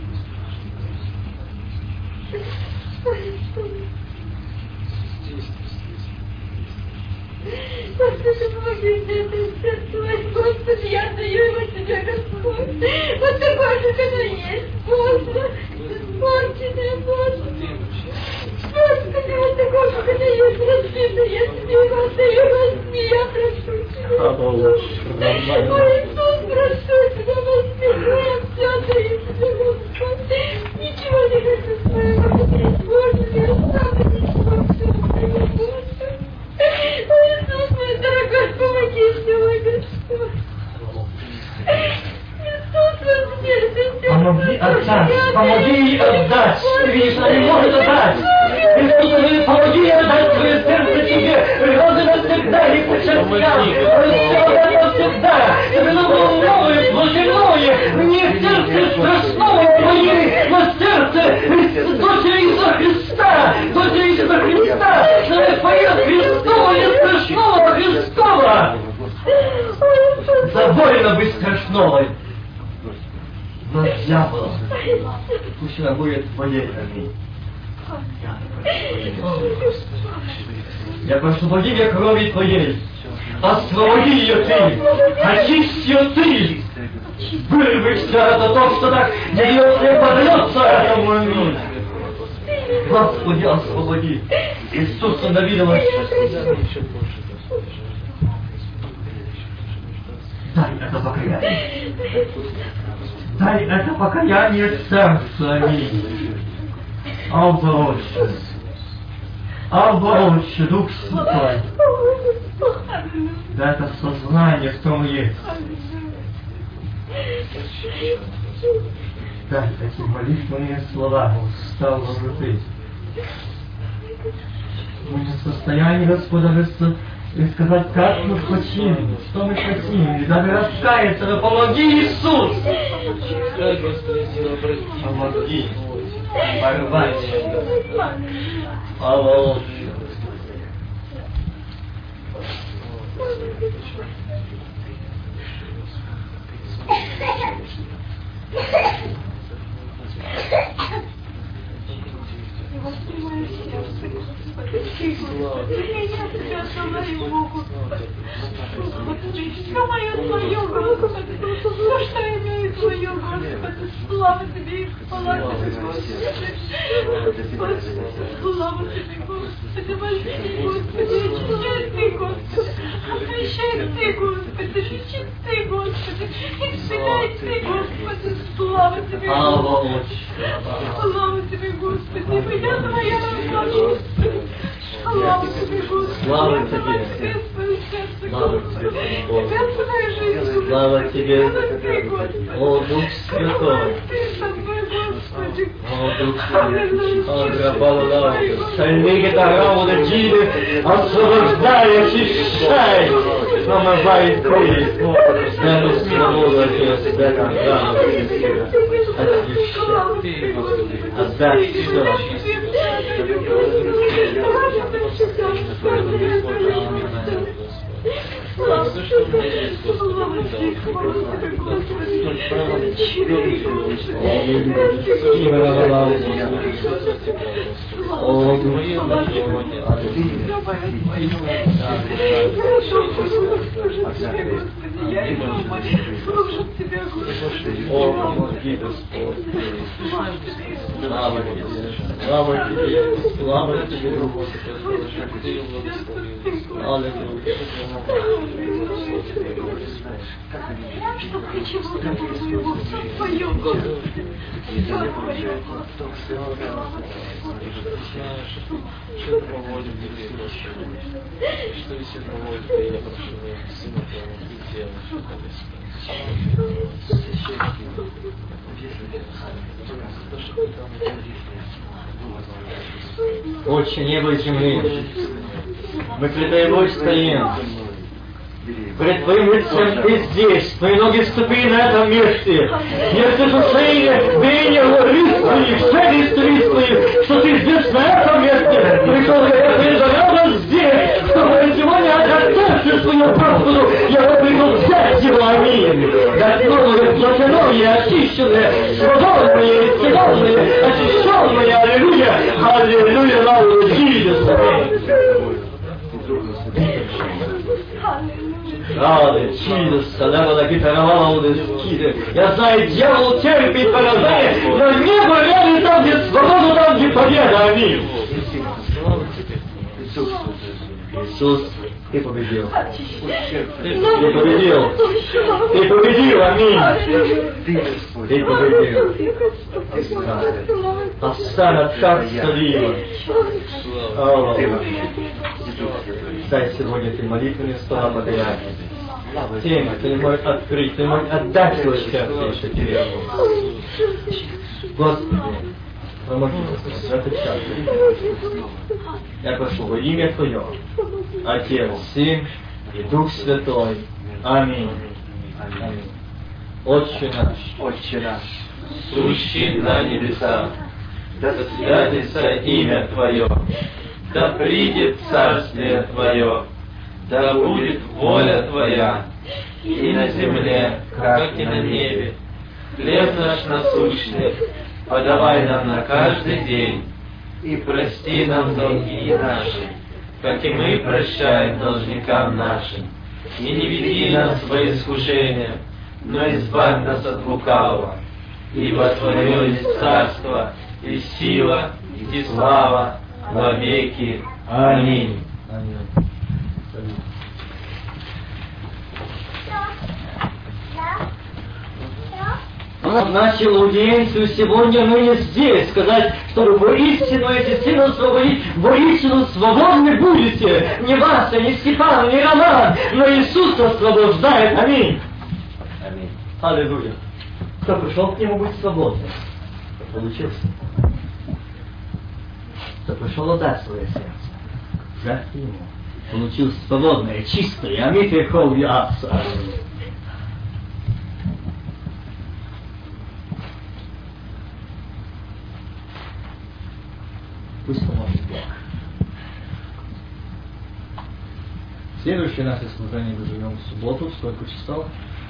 Господи, помоги мне, Господи, Господи, я отдаю его Тебе, Господь. Вот такой же, как он есть, Боже. Испорченный, Боже. Господи, вот такой, как он есть, разбитый, я Тебе его отдаю, возьми, я прошу Тебя. Ой, Иисус, прошу Тебя, возьми, я все отдаю Тебе, Господь. Ничего не хочу своего, Боже, я сам ничего, все отдаю, Боже. Ой, Иисус, мой дорогой, помоги мне, мой Господь. Иисус, возьми, Ты Помоги отдать, помоги ей отдать. Ты видишь, она не может отдать. Иисус, помоги ей отдать свое сердце Тебе. Розы навсегда и по частям. Все навсегда. Тебе нужно новое, плотяное. Не сердце страшного твоей, но сердце дочери Иисуса Христа. Дочери Иисуса Христа. Твое Христова, не страшного Христова. Довольно быть страшновой. Но дьявол, пусть она будет твоей. Я прошу богиня крови твоей, освободи ее Ты, очисти ее Ты, вырви все это то, что так не подается этому миру. Господи, освободи. Иисуса Давидова. Дай это покаяние. Дай это покаяние сердца. Аминь. Алва Отче. Алва Отче, Дух Святой. Дай это сознание, кто мы есть. Дай такие молитвенные слова, устал Ты. Мы не в состоянии, Господа, и сказать, как мы хотим, что мы хотим, и даже раскаяться, но помоги, Иисус! Помоги порвать. Алло. Я воспринимаю сердце, Господи, Господи, я Тебя отдаю Богу, Господи, Господи, все мое Твое, Господи, все, что я имею Твое, Господи, слава Тебе и хвала Тебе, Господи, слава Тебе, Господи, возьми, Господи, очищай Ты, Господи, освящай Ты, Господи, лечи Ты, Господи, исцеляй Ты, Господи, слава Тебе, Господи, слава Тебе, Господи, я Твоя расплачусь. Слава Тебе, Господи. Слава Тебе. Слава Тебе, Господи. Слава Тебе. О, Дух Святой. О, Дух Святой. О, Грабалала. Шальники Тараву Дачили. Освобождай, очищай. Намывай Ты. Дай свободу от Тебя, дай нам рану. Очищай. Отдай все. О, помоги, Господь. Слава Тебе, слава Тебе, слава Тебе, Аллилуйя. Что хочу Твоего, Твое, Господи, все Твое, Что проводим, что если проводит, я прошу Сына Твоего, Отче неба и земли, мы пред Тобой стоим. Пред Твоим лицем Ты здесь, Твои ноги ступили на этом месте. Я слышу шея, бение, рыскую, шелест рыскую, что Ты здесь, на этом месте. Пришел я предлагал вас здесь, чтобы сегодня отдать свою Господу. Я пришел взять его, аминь. Достойные, плотяные, очищенные, свободные, исцеленные, очищенные, аллилуйя, аллилуйя, слава Иисусу. Рады, чудо, садава, гитаровала, я знаю, дьявол терпит поражение, но небо рядом там, где свобода, там, где победа, аминь. Иисус, Ты победил. Ты победил. Ты победил, аминь. Ты победил. Остана царство Лива. Дай сегодня Ты молитвенные слова подарять тем, кто не может открыть, кто не может отдать свое сердце еще Тебе. Господи, помоги нас в этот час. Я прошу во имя Твое, Отец, Сын и Дух Святой. Аминь. Аминь. Отче наш, Отче наш, сущий на небесах, да святится имя Твое, да придет царствие Твое, да будет воля Твоя, и на земле, как и на небе. Хлеб наш насущный подавай нам на каждый день, и прости нам долги наши, как и мы прощаем должникам нашим. И не веди нас во искушение, но избавь нас от лукавого. Ибо Твое есть царство, и сила, и слава во веки. Аминь. Он начал аудиенцию сегодня, мы не здесь, сказать, чтобы воистину эти силы освободить, воистину свободны будете. Не Вася, не Степан, не Роман, но Иисус освобождает. Аминь. Аминь. Аллилуйя. Кто пришел к Нему быть свободным? Кто получился? Кто пришел отдать свое сердце? Уже к Нему. Получил свободное, чистое, омитое кровью Отца. Аминь. Пусть поможет Бог. Следующее наше служение мы живем в субботу. Сколько часов?